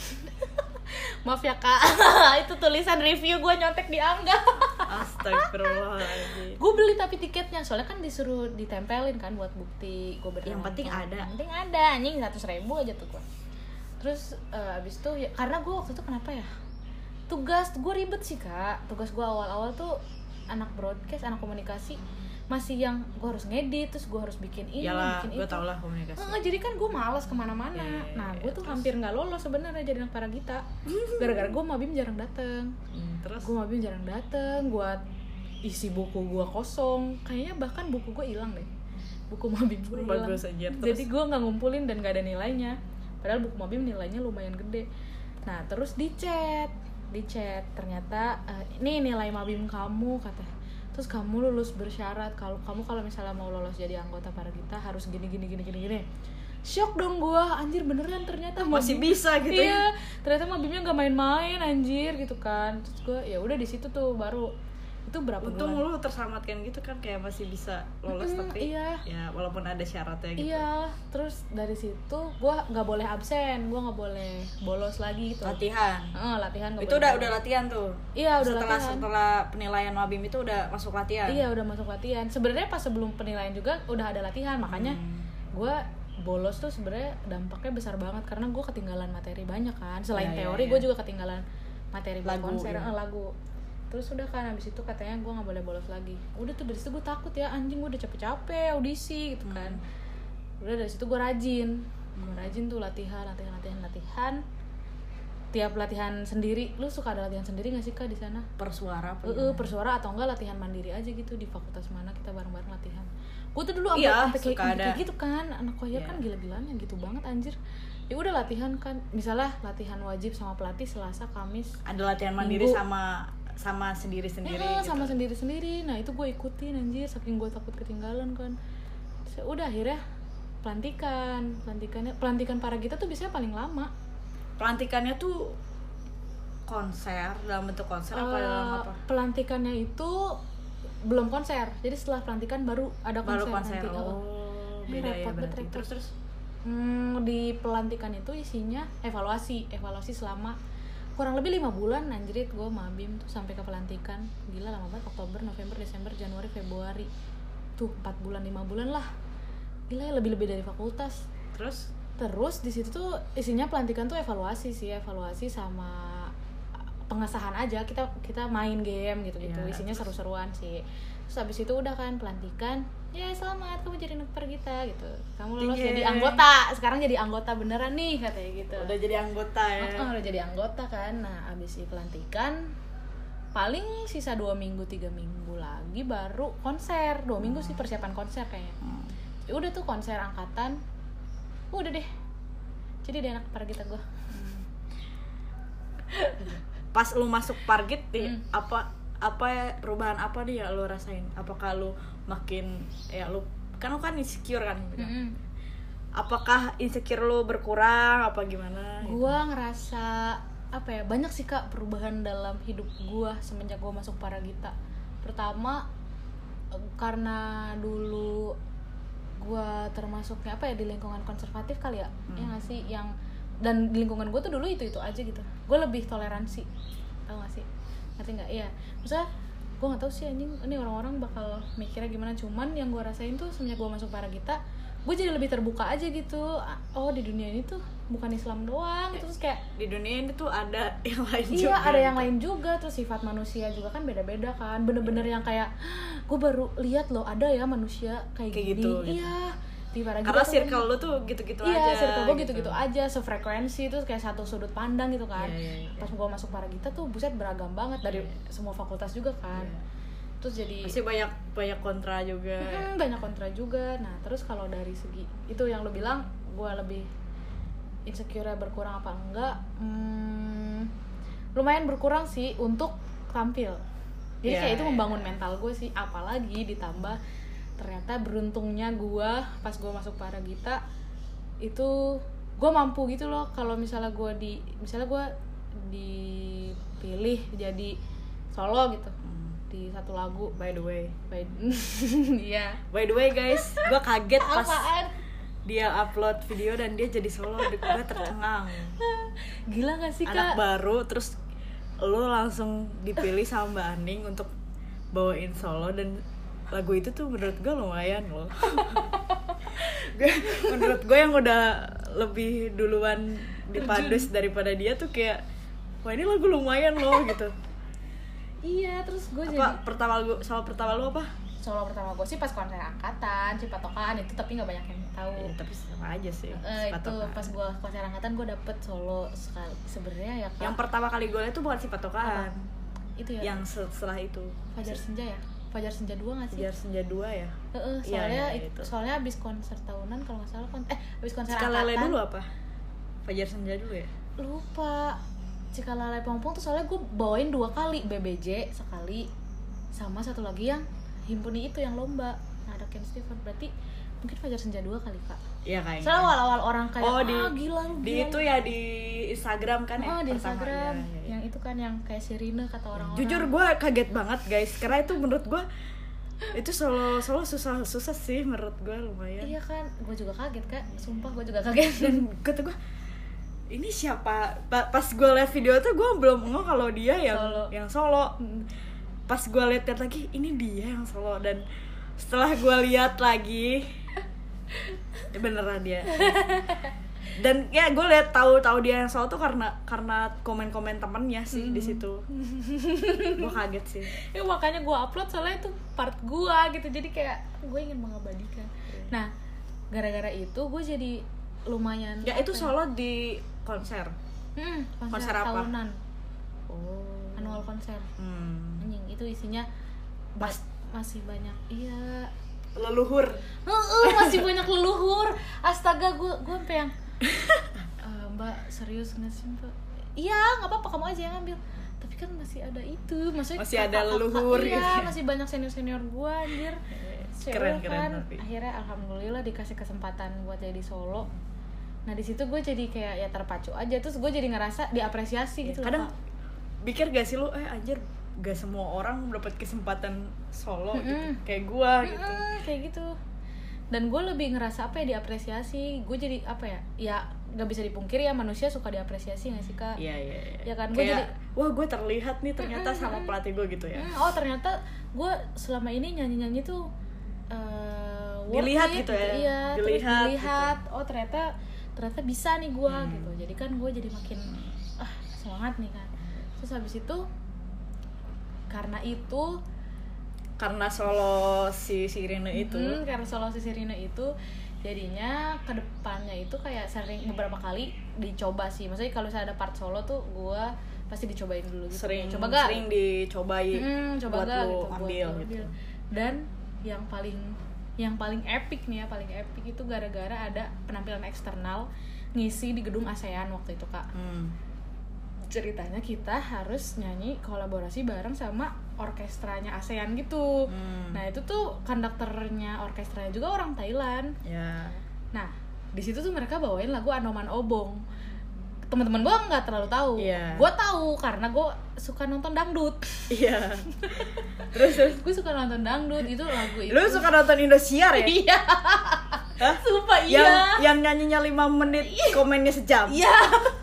Maaf ya Kak. Itu tulisan review gua nyontek di Angga. Astagfirullahaladzim. Gua beli tapi tiketnya soalnya kan disuruh ditempelin kan buat bukti gua berani. Yang penting ada. Yang penting ada, anjing 100.000 aja tuh gua. Terus abis itu ya, karena gue waktu itu kenapa ya, tugas gue ribet sih Kak. Tugas gue awal-awal tuh anak broadcast, anak komunikasi, masih yang gue harus ngedit, terus gue harus bikin ini, yalah, bikin itu. Gue tau lah komunikasi. Jadi kan gue malas kemana-mana. Nah, gue tuh hampir nggak lolos sebenarnya jadi anak Paragita. Gara-gara gue mabim jarang dateng. Terus? Gue mabim jarang dateng. Gue isi buku gue kosong. Kayaknya bahkan buku gue hilang deh. Buku mabim gue hilang. Bagus aja. Jadi gue nggak ngumpulin dan nggak ada nilainya. Padahal buku mabim nilainya lumayan gede. Nah, terus di chat ternyata ini nilai mabim kamu kata. Terus kamu lulus bersyarat kalau misalnya mau lolos jadi anggota Paragita harus gini. Shock dong gua, anjir beneran ternyata masih bisa gitu. Iya, ternyata mabimnya enggak main-main anjir gitu kan. Terus gua ya udah di situ tuh baru itu berapa untung bulan. lu terselamatkan gitu kan, kayak masih bisa lolos tapi iya. Ya walaupun ada syaratnya gitu. Iya, terus dari situ gue nggak boleh absen, gue nggak boleh bolos lagi gitu. Latihan gak itu udah latihan tuh. Iya, udah latihan. Setelah penilaian mabim itu udah masuk latihan. Iya, udah masuk latihan. Sebenarnya pas sebelum penilaian juga udah ada latihan, makanya gue bolos tuh sebenarnya dampaknya besar banget karena gue ketinggalan materi banyak kan. Selain teori gue juga ketinggalan materi buat konser, lagu. Terus udah kan habis itu katanya gue nggak boleh bolos lagi. Udah tuh dari situ gue takut ya, anjing gue udah capek-capek audisi gitu kan. Udah dari situ gue rajin tuh latihan. Tiap latihan sendiri. Lu suka ada latihan sendiri nggak sih Kak di sana? Persuara persuara atau enggak latihan mandiri aja gitu di fakultas mana kita bareng-bareng latihan. Gue tuh dulu sampai kayak gitu kan, anak choir kan gila-gilaannya gitu banget anjir. Ya udah latihan kan, misalnya latihan wajib sama pelatih Selasa, Kamis. Ada latihan mandiri sama sendiri-sendiri gitu. Sama sendiri-sendiri. Nah itu gue ikutin anjir, saking gue takut ketinggalan kan. Terus udah akhirnya pelantikan Paragita tuh biasanya paling lama. Pelantikannya tuh konser, dalam bentuk konser apa dalam apa? Pelantikannya itu belum konser, jadi setelah pelantikan baru ada konser. Nanti. Beda ya berarti. Terus Di pelantikan itu isinya evaluasi selama kurang lebih 5 bulan anjrit. Gue sama Bim tuh sampai ke pelantikan, gila lama banget. Oktober, November, Desember, Januari, Februari, tuh 4 bulan 5 bulan lah, gila ya, lebih dari fakultas. Terus di situ tuh isinya pelantikan tuh evaluasi sama pengesahan aja, kita main game gitu ya, isinya seru-seruan sih. Terus habis itu udah kan pelantikan, ya selamat kamu jadi Nukper kita gitu, kamu lulus jadi anggota, sekarang jadi anggota beneran nih katanya gitu. Udah jadi anggota ya. Udah jadi anggota kan. Nah abis itu pelantikan paling sisa 2 minggu 3 minggu lagi baru konser. 2 minggu sih persiapan konser kayaknya. Udah tuh konser angkatan, udah deh jadi deh anak Pargita gue. Pas lu masuk Pargit nih, apa ya, perubahan apa nih ya lu rasain? Apakah lu makin ya lu kan insecure kan gitu. Apakah insecure lu berkurang apa gimana gitu? Gua ngerasa apa ya, banyak sih Kak perubahan dalam hidup gua semenjak gua masuk Paragita. Pertama karena dulu gua termasuknya apa ya, di lingkungan konservatif kali ya. Ya nggak sih, yang dan di lingkungan gue tuh dulu itu aja gitu. Gue lebih toleransi, tau gak sih, ngerti nggak? Iya, maksudnya gue nggak tahu sih anjing ini orang-orang bakal mikirnya gimana. Cuman yang gue rasain tuh semenjak gue masuk Paragita, gue jadi lebih terbuka aja gitu. Oh di dunia ini tuh bukan Islam doang gitu. Terus kayak di dunia ini tuh ada yang lain juga. Iya ada yang lain juga. Terus sifat manusia juga kan beda-beda kan. Bener-bener yang kayak gue baru lihat loh ada ya manusia kayak gini gitu. Iya di Paragita. Karena circle lu tuh gitu-gitu aja. Iya circle gue gitu-gitu aja, sefrekuensi. Terus kayak satu sudut pandang gitu kan. Pas gue masuk Paragita tuh buset beragam banget dari semua fakultas juga kan. Terus jadi masih banyak kontra juga. Banyak kontra juga. Nah terus kalau dari segi itu yang lo bilang gue lebih insecure berkurang apa enggak, lumayan berkurang sih untuk tampil. Jadi kayak itu membangun mental gue sih. Apalagi ditambah ternyata beruntungnya gue pas gue masuk Paragita itu gue mampu gitu loh. Kalau misalnya gue dipilih jadi solo gitu di satu lagu. By the way iya. By the way guys, gue kaget pas apaan? Dia upload video dan dia jadi solo, gue tercengang. Gila gak sih Kak? Anak baru terus lo langsung dipilih sama Mbak Aning untuk bawain solo, dan lagu itu tuh menurut gue lumayan loh. Menurut gue yang udah lebih duluan dipadus daripada dia tuh kayak, wah ini lagu lumayan loh gitu. Iya, terus gue jadi solo pertama lu apa? Solo pertama gue sih pas konser angkatan, Cipatokan itu, tapi nggak banyak yang tahu. Ya, tapi sama aja sih. Itu pas gue konser angkatan gue dapet solo sekali sebenarnya ya Kak. Yang pertama kali gue liat tuh bukan Cipatokan. Itu ya. Yang setelah itu. Fajar Senja ya? Fajar Senja 2 nggak sih? Fajar Senja 2 ya. Soalnya abis konser tahunan kalau nggak salah abis konser Cikalele angkatan. dulu apa? Fajar Senja dulu ya? Lupa. Cikalele Pompong tuh soalnya gue bawain 2 kali, BBJ sekali sama satu lagi yang himpuni itu yang lomba. Nah ada Ken Stephen, berarti mungkin Fajar Senja 2 kali Kak. Iya kayaknya. Soalnya awal-awal orang kayak gila lu. Di gila. itu ya di Instagram kan ya. Di Instagram. Ya. Yang itu kan yang kayak Sirine kata orang-orang. Jujur gue kaget banget guys, karena itu menurut gue itu solo susah sih menurut gue, lumayan. Iya kan, gue juga kaget Kak. Sumpah gue juga kaget. Dan kata gue, ini siapa? Pas gue liat video tuh gue belum ngeh kalau dia yang solo. Pas gue liat lagi, ini dia yang solo. Dan setelah gue lihat lagi, beneran dia. Dan ya gue liat tahu dia yang solo tuh karena komen-komen temennya sih di situ. Gue kaget sih. Ya makanya gue upload soalnya itu part gue gitu, jadi kayak gue ingin mengabadikan. Nah gara-gara itu gue jadi lumayan. Ya itu solo di konser. Konser apa? Tahunan. Annual konser. Anjing itu isinya masih banyak. Iya. Leluhur. Masih banyak leluhur. Astaga, gue sampai yang Mbak serius nggak sih Mbak? Iya nggak apa-apa, kamu aja yang ambil. Tapi kan masih ada itu, maksudnya masih ada leluhur. Iya gitu. masih banyak senior gue anjir. Keren kan. Tapi Akhirnya alhamdulillah dikasih kesempatan buat jadi solo. Nah di situ gue jadi kayak ya terpacu aja, terus gue jadi ngerasa diapresiasi gitu. Kadang pikir gak sih lu anjir gak semua orang dapat kesempatan solo gitu kayak gue gitu. Kayak gitu. dan gue lebih ngerasa apa ya, diapresiasi. Gue jadi apa ya nggak bisa dipungkiri ya, manusia suka diapresiasi nggak sih kak? Iya. Ya kan, gue jadi wah gue terlihat nih ternyata sama pelatih gue gitu ya. Oh ternyata gue selama ini nyanyi tuh dilihat it, gitu ya. Iya, dilihat gitu. Oh ternyata bisa nih gue gitu. Jadi kan gue jadi makin semangat nih kan. Terus habis itu karena solo si Sirine itu jadinya kedepannya itu kayak sering beberapa kali dicoba sih. Maksudnya kalau misalnya ada part solo tuh gue pasti dicobain dulu gitu. Sering dicobain buat lu gitu, ambil buat gitu. Dan yang paling epic nih ya, paling epic itu gara-gara ada penampilan eksternal ngisi di gedung ASEAN waktu itu kak. Ceritanya kita harus nyanyi kolaborasi bareng sama orkestranya ASEAN gitu. Nah itu tuh konduktornya orkestranya juga orang Thailand. Nah di situ tuh mereka bawain lagu Anoman Obong. Teman-teman gue nggak terlalu tahu. Gue tahu karena gue suka nonton dangdut. Terus gue suka nonton dangdut, itu lagu itu. Lu suka nonton Indosiar ya? Iya. Hah? Sumpah iya. Yang nyanyinya 5 menit, komennya sejam. Iya.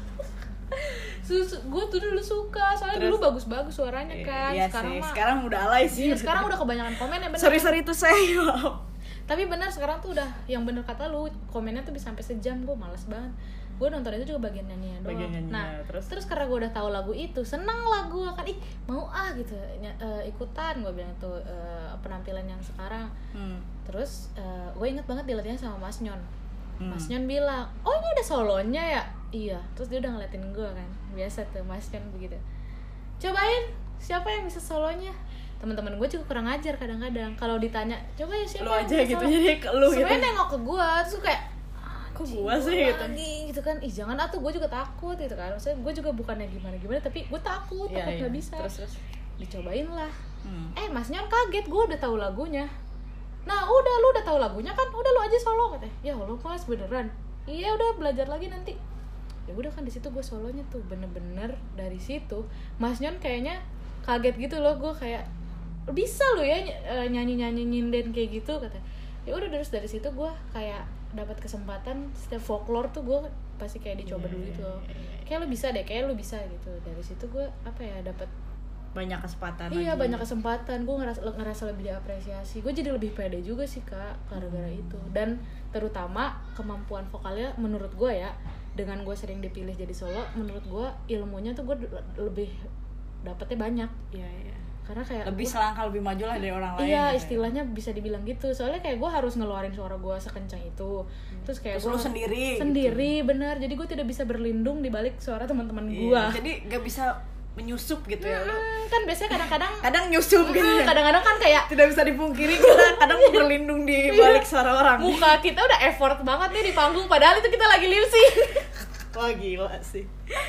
Gue tuh dulu suka, soalnya dulu bagus-bagus suaranya kan. Iya sekarang sih, sekarang udah alay sih. Sekarang udah kebanyakan komen ya bener. Sorry itu saya. Tapi benar sekarang tuh udah yang bener kata lu, komennya tuh bisa sampai sejam. Gue malas banget. Gue nonton itu juga bagian nyanyinya doang. Nah terus karena gue udah tahu lagu itu, seneng lah gue kan, mau gitu ikutan. Gue bilang tuh penampilan yang sekarang. Terus gue inget banget dilatihnya sama Mas Nyon. Mas Nyon bilang, oh ini ada solonya ya? Iya. Terus dia udah ngeliatin gue kan, biasa tuh Mas Nyon begitu, cobain siapa yang bisa solonya. Teman-teman gue juga kurang ajar kadang-kadang kalau ditanya coba ya siapa lu yang aja bisa gitu solo. jadi lu semuanya gitu. nengok ke gue terus kayak kok gue sih gitu kan, jangan gue juga takut gitu kan. Maksudnya gue juga bukannya gimana tapi gue takut nggak bisa. Terus dicobain lah. Mas Nyon kaget, gue udah tahu lagunya. Nah udah, lu udah tahu lagunya kan, udah lu aja solo katanya. Ya lu Mas beneran? Iya udah belajar lagi nanti. Ya udah kan di situ gue solonya tuh bener-bener dari situ Mas Nyon kayaknya kaget gitu loh. Gue kayak bisa lu ya nyanyi nyinden kayak gitu katanya. Ya udah terus dari situ gue kayak dapat kesempatan setiap folklore tuh gue pasti kayak dicoba dulu gitu loh. Kayak lu bisa deh, kayak lu bisa gitu. Dari situ gue dapat banyak kesempatan. Iya lagi. Banyak kesempatan. Gue ngerasa lebih diapresiasi. Gue jadi lebih pede juga sih kak gara-gara itu. Dan terutama kemampuan vokalnya menurut gue ya, dengan gue sering dipilih jadi solo, menurut gue ilmunya tuh gue lebih dapetnya banyak. Iya. Karena kayak lebih selangkah lebih maju lah dari orang lain. Iya gitu istilahnya ya. Bisa dibilang gitu. Soalnya kayak gue harus ngeluarin suara gue sekencang itu. Terus kayak gue sendiri gitu. Bener. Jadi gue tidak bisa berlindung di balik suara teman-teman gue. Jadi gak bisa menyusup gitu ya. Kan biasanya kadang nyusup gitu. Kadang-kadang kan kayak tidak bisa dipungkiri kita kadang berlindung di balik suara orang. Muka kita udah effort banget nih di panggung padahal itu kita lagi lip sync. Wah gila sih.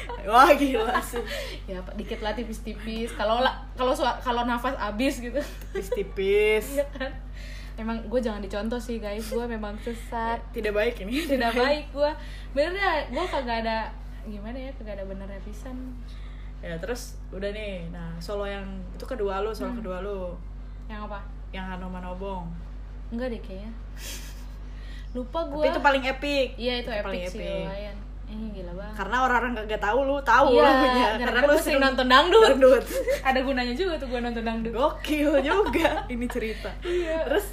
Ya dikit lah tipis-tipis. Kalau nafas habis gitu. Tipis-tipis. Iya kan. Emang gue jangan dicontoh sih guys. Gue memang sesat. Tidak baik ini. Tidak baik gue. Bener ya. Gue kagak ada gimana ya. Kagak ada benernya pisan. Ya terus udah nih. Nah solo yang itu kedua lu. Kedua lu. Yang apa? Yang Anoman Obong. Enggak deh kayaknya. Lupa gue. Tapi itu paling epic. Iya itu epic sih lumayan. Gila banget. Karena orang-orang gak tahu lu tahu lagunya. Karena lu sering nonton dangdut. Ada gunanya juga tuh gue nonton dangdut. Gokil juga ini cerita. Iya. Terus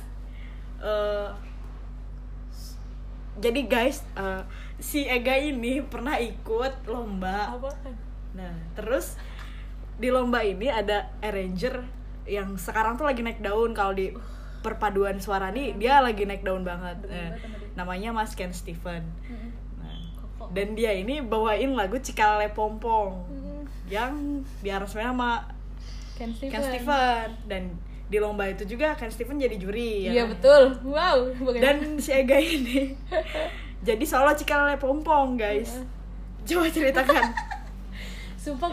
jadi guys, si Ega ini pernah ikut lomba. Apaan? Nah, terus di lomba ini ada arranger yang sekarang tuh lagi naik daun. Kalau di perpaduan suara nih dia lagi naik daun banget. Namanya Mas Ken Stephen. Dan dia ini bawain lagu Cikalale Pompong yang diaransemen sama Ken Stephen. Dan di lomba itu juga Ken Stephen jadi juri. Iya betul. Wow. Dan si Ega ini jadi solo Cikalale Pompong guys. Coba ceritakan. Sumpah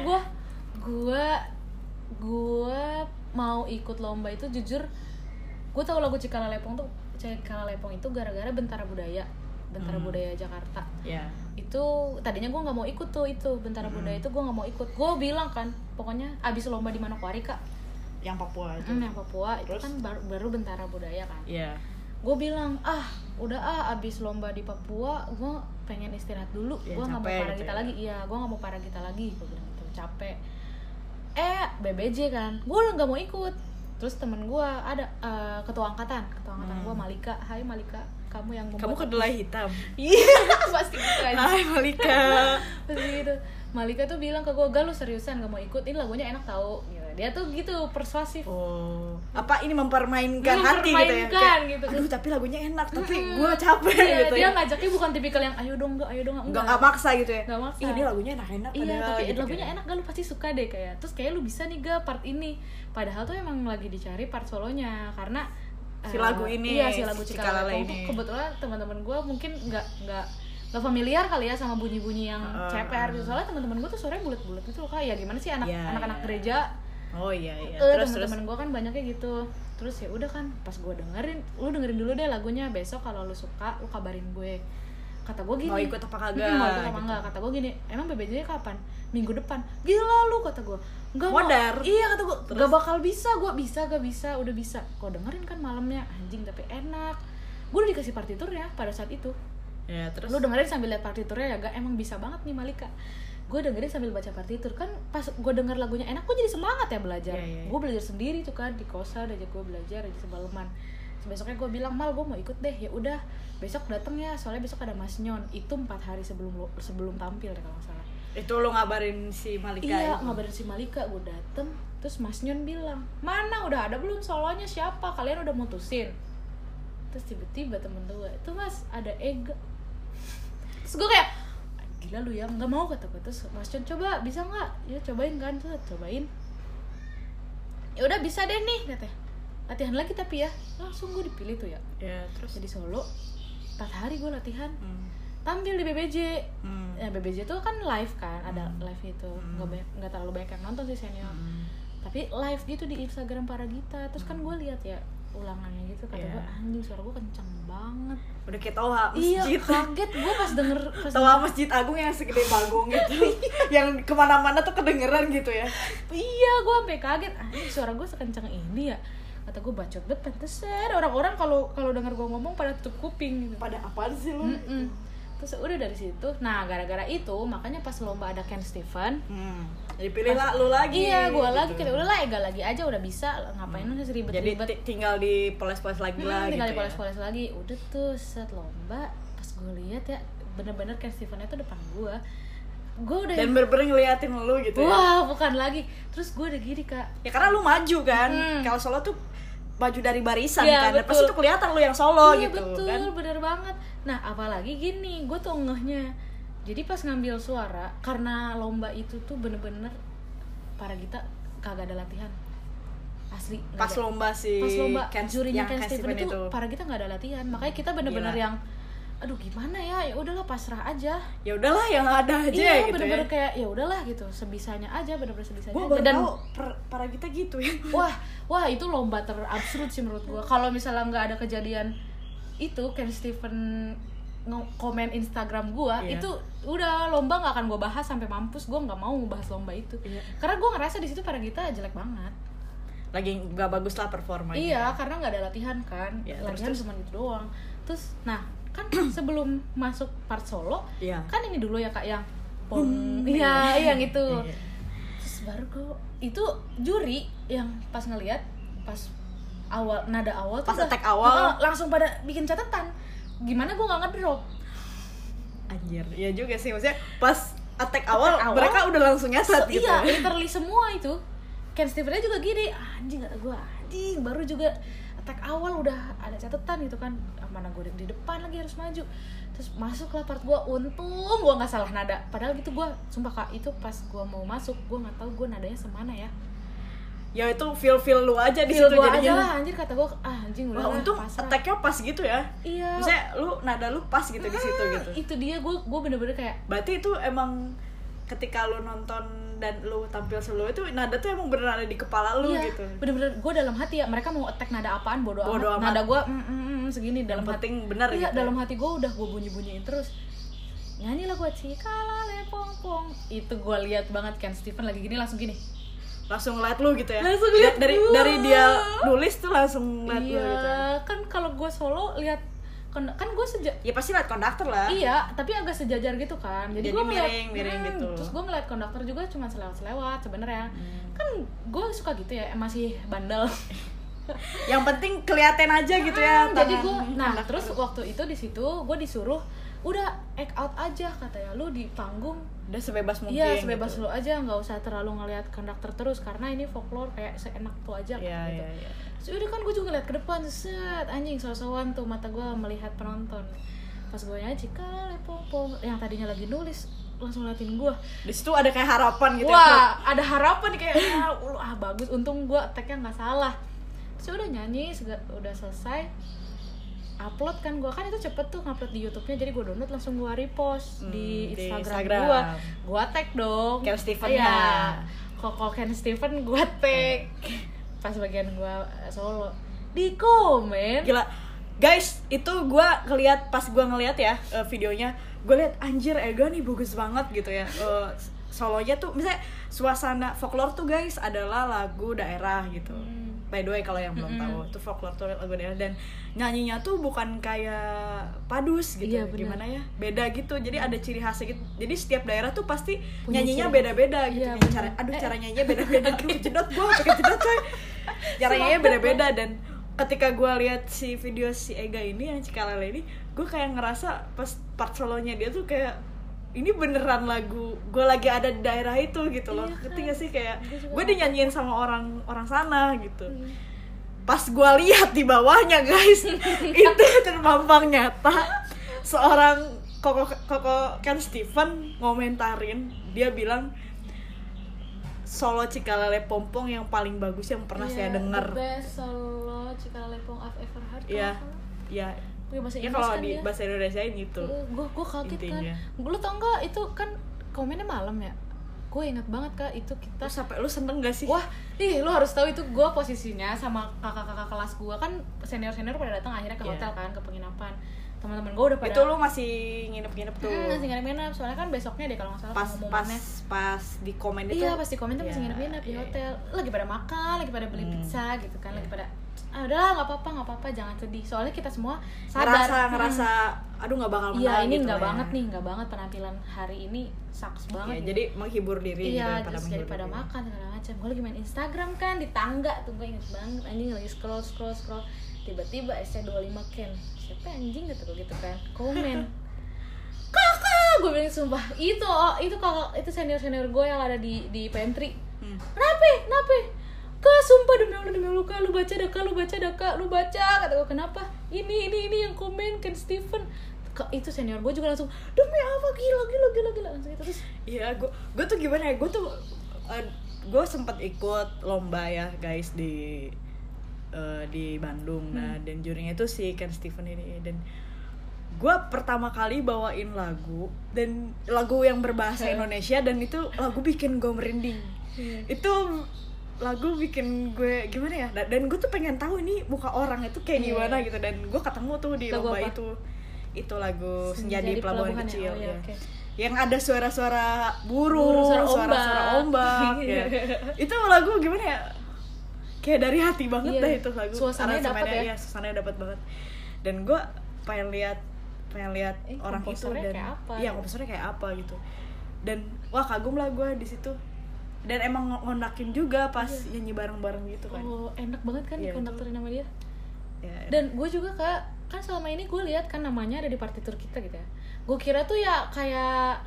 gue mau ikut lomba itu jujur. Gue tahu lagu Cikalale Pompong itu gara-gara Bentara Budaya Jakarta. Yeah. Itu tadinya gue nggak mau ikut tuh itu Bentara Budaya itu gue nggak mau ikut. Gue bilang kan pokoknya abis lomba di Manokwari kak. Yang Papua itu. Yang Papua. Terus? Itu kan baru Bentara Budaya kan. Iya. Yeah. gue bilang udah abis lomba di Papua gue pengen istirahat dulu, ya, gue nggak mau Paragita gitu ya. lagi, iya gue nggak mau Paragita lagi, gue bilang gitu, capek. BBJ kan, gue udah nggak mau ikut. Terus temen gue ada ketua angkatan gue, Malika. Hai Malika, kamu yang Kamu kedelai hitam. Iya pasti gitu aja. Hai Malika. Pasti gitu. Malika tuh bilang ke gue, "Gal, lu seriusan gak mau ikut? Ini lagunya enak tau." Dia tuh gitu persuasif. Oh, apa ini mempermainkan hati gitu ya? Mempermainkan gitu. Aduh, tapi lagunya enak, tapi gue capek Iya, gitu dia ya. ngajaknya bukan tipikal yang ayo dong enggak. Nggak maksa gitu ya. Nggak maksa. Ih, ini lagunya enak-enak Iya, padahal tapi gitu lagunya kayak. enak, Gal, lu pasti suka deh kayak. Terus kayak lu bisa nih Gal part ini. Padahal tuh emang lagi dicari part solonya karena Si lagu ini, iya, si lagu si Cikalale Cikalale itu ini. kebetulan teman-teman gue mungkin nggak familiar kali ya sama bunyi-bunyi yang CPR gitu. Soalnya teman-teman gue tuh suaranya bulat-bulat gitu loh, kayak ya gimana sih anak-anak gereja. Oh iya. Teman-teman gue kan banyaknya gitu. Terus ya udah kan, pas gue lu dengerin dulu deh lagunya, besok kalau lu suka lu kabarin gue. Kata gue gini, mau ikut apa kagak? Mau ikut apa gitu. enggak? Kata gue gini, emang BBJ-nya kapan? Minggu depan. Gila lu, kata gue. Enggak Modar. Iya, kata gue. Gak bakal bisa, gue gak bisa, udah bisa. Kau dengerin kan malamnya, anjing tapi enak. Gue udah dikasih partiturnya pada saat itu. Ya, terus Lu dengerin sambil lihat partiturnya ya, gak emang bisa banget nih Malika. Gue dengerin sambil baca partitur kan, pas gue denger lagunya enak gue jadi semangat ya belajar. Gue belajar sendiri tuh kan di kosan, aja gue belajar aja sebalaman. Besoknya gue bilang, Mal, gue mau ikut deh. Ya udah, besok dateng ya, soalnya besok ada Mas Nyon. Itu 4 hari sebelum tampil deh kalau nggak salah. itu lu ngabarin si Malika? Iya, itu? ngabarin si Malika. Gue dateng, terus Mas Nyon bilang, mana udah ada belum solonya, siapa, kalian udah mutusin? Terus tiba-tiba temen gue, itu Mas ada Ega. Terus gue kayak, gila lu ya, nggak mau, kata gue. Terus Mas Nyon, coba bisa nggak? Ya cobain kan, terus cobain. Ya udah bisa deh nih, katanya. Latihan lagi tapi ya, langsung gue dipilih tuh ya. Ya, terus Jadi solo 4 hari gue latihan. Tampil di BBJ. Ya BBJ tuh kan live kan, ada live itu. Nggak terlalu banyak yang nonton sih senior. Tapi live gitu di Instagram Paragita. Terus kan gue lihat ya ulangannya gitu, kata gue, anjing suara gue kencang banget. Udah kayak Toha masjid. Iya, kaget gue pas denger Toha Masjid Agung yang segede bagong gitu. Yang kemana-mana tuh kedengeran gitu ya. Iya, gue sampai kaget, anjing suara gue sekencang ini ya. Kata gue, bacot banget, pantesan orang-orang kalau denger gue ngomong pada tutup kuping gitu. Pada apaan sih lu? Terus udah dari situ, nah gara-gara itu makanya pas lomba ada Ken Stephen, jadi pilih lah lu lagi. iya gue gitu. lagi kayak udahlah Ega lagi aja udah bisa, ngapain harus ribet-ribet. Jadi tinggal dipoles-poles lagi lah tinggal gitu dipoles-poles lagi. Udah tuh set lomba, pas gue lihat ya bener-bener Ken Stephen itu depan gue udah dan bener-bener ngeliatin lu gitu ya. wah bukan lagi. Terus gue udah gini Kak, Ya karena lu maju kan. Kalau solo tuh maju dari barisan Iya, kan. Dan betul. pasti tuh kelihatan lu yang solo iya, gitu betul, kan. bener banget. Nah apalagi gini, gue tuh ngehnya, jadi pas ngambil suara, karena lomba itu tuh bener-bener Paragita kagak ada latihan asli. Pas lomba si pas lomba jurinya yang Ken Stephen itu itu. Paragita nggak ada latihan, makanya kita bener-bener Gila. yang aduh gimana ya udahlah pasrah aja. Ya udahlah yang ada aja Iya, gitu bener-bener ya. kayak ya udahlah gitu, sebisanya aja, bener-bener sebisanya Gue aja. baru Dan tahu Paragita gitu ya. wah itu lomba terabsurd sih menurut gue. Kalau misalnya nggak ada kejadian itu Ken Stephen komen Instagram gue, itu udah lomba nggak akan gue bahas sampai mampus. Gue nggak mau bahas lomba itu, karena gue ngerasa di situ Paragita jelek banget. Lagi nggak bagus lah performanya. Iya, karena nggak ada latihan kan, latihan cuma gitu doang. Terus, nah kan sebelum masuk part solo, kan ini dulu ya Kak yang iya yang itu. Terus baru gue itu juri yang pas ngelihat pas awal nada awal pas tuh attack awal langsung pada bikin catatan. Gimana gue nggak ngedrop. Anjir, iya juga sih, maksudnya pas attack awal mereka udah langsung nyatet gitu. Iya, literally semua itu. Ken Stephen-nya juga gini, anjing kata gue, anjing baru juga attack awal udah ada catatan gitu kan, mana gue di depan lagi harus maju. Terus masuklah part gue, untung gue nggak salah nada. Padahal gitu gue, sumpah Kak, itu pas gue mau masuk gue nggak tahu gue nadanya semana ya. Ya itu feel lu aja di Feel situ gua jadinya. aja lah, anjir kata gue, anjing udah. Wah, untung attack-nya pas gitu ya. Iya. Maksudnya nada lu pas gitu di situ gitu. Itu dia, gue bener-bener kayak. Berarti itu emang ketika lu nonton dan lu tampil solo itu nada tuh emang beneran ada di kepala lu iya, gitu. Bener-bener gue dalam hati ya, mereka mau attack nada apaan bodo amat. Nada gue segini dalam hati. Penting bener iya, gitu. dalam hati gue udah gue bunyi-bunyiin terus. Nyanyi lah gue Cikalale pong pong. Itu gue lihat banget Ken Stephen lagi gini langsung gini. langsung ngeliat lu gitu ya. Langsung liat dari dia nulis tuh langsung ngeliat lu gitu. Iya, kan kalau gue solo lihat kan gue Ya pasti liat konduktor lah. Iya, tapi agak sejajar gitu kan. Jadi gue miring gitu. Terus gue ngeliat konduktor juga cuma selewat sebenarnya. Kan gue suka gitu ya, masih bandel. Yang penting kelihatan aja gitu ya. Jadi gue, terus waktu itu di situ gue disuruh udah act out aja katanya, lu di panggung udah sebebas mungkin. Iya, sebebas gitu. lu aja, nggak usah terlalu ngeliat konduktor terus karena ini folklore kayak seenak tuh aja gitu. Iya. Terus udah kan gue juga ngeliat ke depan, set anjing so-soan tuh mata gue melihat penonton. Pas gue nyanyi Kalepompong yang tadinya lagi nulis langsung ngeliatin gue. Di situ ada kayak harapan gitu. Wah, ada harapan nih kayak bagus, untung gue tag-nya nggak salah. Terus udah nyanyi, udah selesai. Upload kan gue, kan itu cepet tuh ngupload di YouTube-nya, jadi gue download langsung gue repost di Instagram gue tag dong Ken Stephen ya, kok Ken Stephen gue tag pas bagian gue solo di komen. Gila guys, itu gue pas gue ngeliat ya videonya, gue liat anjir Ega nih bagus banget gitu ya. Solonya tuh misalnya suasana folklore tuh guys adalah lagu daerah gitu. By the way kalau yang belum tahu, itu folklore tuh lagu daerah dan nyanyinya tuh bukan kayak padus gitu. Iya, gimana ya? Beda gitu. Jadi ada ciri khasnya gitu. Jadi setiap daerah tuh pasti punya nyanyinya beda-beda gitu. Iya, Cara nyanyinya beda-beda. Kejedot coy. Cara nyanyinya beda-beda dan ketika gue lihat si video si Ega ini yang Cikalele ini, gue kayak ngerasa pas part solonya dia tuh kayak ini beneran lagu gue lagi ada di daerah itu gitu loh. Ngerti gak sih, kayak gue dinyanyiin sama orang sana gitu. Pas gue lihat di bawahnya guys, itu terpampang nyata seorang Koko Ken Stephen ngomentarin, dia bilang solo Cikalele Pompong yang paling bagus yang pernah saya dengar. The best solo Cikalele Pompong I've ever heard. Iya. Bahasa Ya Inggris kalau kan di dia. bahasa Indonesia ini tuh. Gue kaget intinya. Kan. Lu tau nggak itu kan komennya malam ya? Gue inget banget Kak, itu kita sampai lu seneng gak sih? Wah, lu harus tahu itu gue posisinya sama kakak-kakak kelas gue kan senior-senior pada datang akhirnya ke hotel kan, ke penginapan. Teman-teman gue udah pada. Itu lu masih nginep-nginep tuh. Masih nginep-nginep, soalnya kan besoknya deh kalau nggak salah pengumumannya. Pas di komen itu. Iya, pas di komen tuh masih nginep-nginep di hotel. Lagi pada makan, lagi pada beli pizza gitu kan, lagi pada udahlah nggak apa-apa jangan sedih, soalnya kita semua sadar ngerasa aduh nggak bakal menang. Iya, ini gitu nggak banget nih, nggak banget penampilan hari ini sucks banget. Jadi menghibur diri daripada makan segala macam. Gue lagi main Instagram kan di tangga tuh, gue inget banget anjing lagi scroll tiba-tiba SC25 Ken, siapa anjing gitu kan komen kakak, gue bilang sumpah itu kakak, itu senior gue yang ada di pantry. Kenapa? Kak, sumpah demi Allah Kak, lu baca dah kata gue. Kenapa? Ini yang komen Ken Stephen. Kak, itu senior gue juga langsung demi apa, gila langsung gitu. Terus iya, gue tuh gimana ya, gue sempat ikut lomba ya guys di Bandung. Nah, dan jurinya itu si Ken Stephen ini, dan gue pertama kali bawain lagu yang berbahasa Indonesia, dan itu lagu bikin gue merinding. Itu lagu bikin gue gimana ya, dan gue tuh pengen tahu ini muka orang itu kayak gimana gitu, dan gue ketemu tuh di lomba itu lagu Senja di Pelabuhan Kecil ya. Okay. Yang ada suara-suara burung, suara-suara ombak ya. Itu lagu gimana ya, kayak dari hati banget dah itu lagu. Suasananya dapat ya. Iya, suasananya dapat banget. Dan gue pengen lihat orang itu dan komposernya kayak apa gitu. Dan wah, kagum lah gue di situ. Dan emang ngonakin juga pas nyanyi bareng-bareng gitu kan. Oh, enak banget kan dikonduktorin sama dia. Ya, dan gue juga kan selama ini gue lihat kan namanya ada di partitur kita gitu ya. Gue kira tuh ya kayak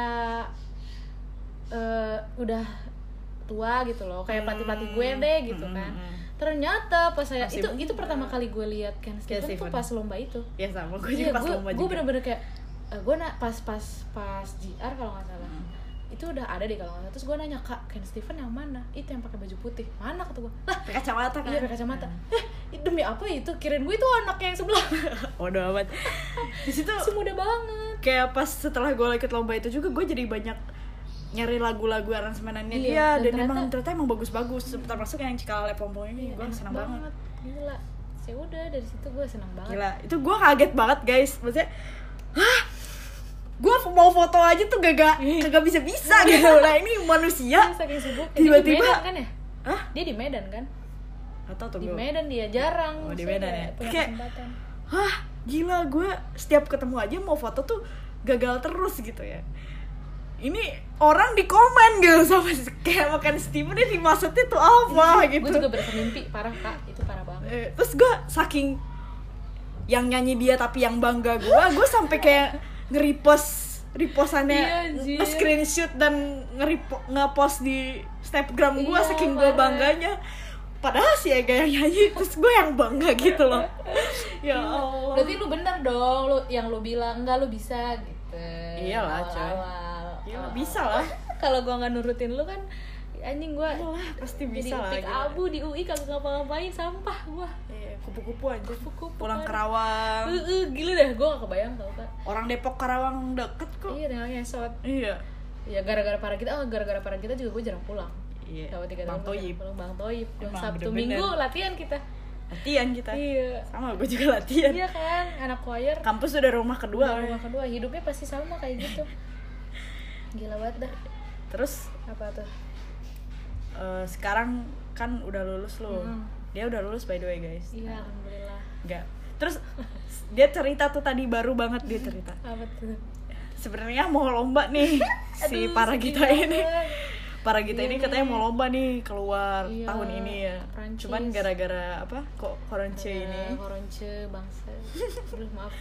udah tua gitu loh, kayak pelatih gue deh gitu kan. Ternyata pas saya itu pertama kali gue lihat Ken Stephen tuh pas lomba itu. Ya sama, gue juga pas lomba juga. Gue bener-bener kayak gue pas GR kalau nggak salah. Itu udah ada deh kalau nggak salah. Terus gue nanya, Kak, Ken Stephen yang mana? Itu yang pakai baju putih. Mana, kata gue? Lah, pakai kacamata kan? Iya, pakai kacamata. Demi apa itu? Kirain gue itu anaknya yang sebelah. Waduh amat. Di situ semudah banget. Kayak pas setelah gue ikut lomba itu juga, gue jadi banyak nyari lagu-lagu aransemenannya dia, dan ternyata emang bagus-bagus. Termasuk yang Cikalele Pompong ini, gue senang banget. Gila. Ya udah, dari situ gue senang banget. Gila, itu gue kaget banget guys. Maksudnya, hah? Gue mau foto aja tuh kagak bisa gitu. Nah ini manusia saking sibuk. tiba-tiba Dia di Medan kan ya? Hah? Dia di Medan kan? Atau tuh Di gue Medan dia jarang. Oh, di maksudnya Medan ya? punya Kayak, kesempatan. hah gila, gue setiap ketemu aja mau foto tuh gagal terus gitu ya. Ini orang di komen gitu sama kayak makan Steven ini maksudnya tuh apa gitu. Gue juga bermimpi parah kak, itu parah banget. Terus gue saking yang nyanyi dia tapi yang bangga gue sampai kayak repostannya nge-screenshot dan nge-post di Snapgram gue saking gue bangganya. Padahal sih ya yang nyanyi, terus gue yang bangga gitu loh. Ya Allah. Berarti lu bener dong, lu yang lu bilang enggak lu bisa gitu. Iyalah coy. Iyalah bisa lah. Kalau gue nggak nurutin lu kan anjing gue pasti bisa jadi lah. pick abu di UI kagak ngapa-ngapain, sampah gue. Kupu-kupu aja. Kupu-kupu Pulang kan. Karawang. Gila dah, gue gak kebayang tau kak. Orang Depok Karawang deket kok. Iya tinggal ngesot. Iya. Ya gara-gara para kita juga gue jarang pulang. Iya. Dapat 3 Bang tahun Toyib. pulang Bang Toyib. Emang Sabtu bener-bener. Minggu latihan kita. Latihan kita. Iya. Sama gue juga latihan. Iya kan, anak choir. Kampus udah rumah kedua. Rumah kedua, hidupnya pasti sama kayak gitu. Gila banget dah. Terus Apa tuh? sekarang kan udah lulus lo. Dia udah lulus by the way guys. Iya, alhamdulillah. Enggak. Terus dia cerita tuh tadi baru banget dia cerita. Apa tuh? Sebenarnya mau lomba nih si Aduh, para sedih kita ini. banget. Para kita ini Iya katanya nih. mau lomba nih keluar Iya, tahun ini ya. Prancis. Cuman gara-gara apa? Kok koronce ini. Koronce bangsa. Aduh, maaf.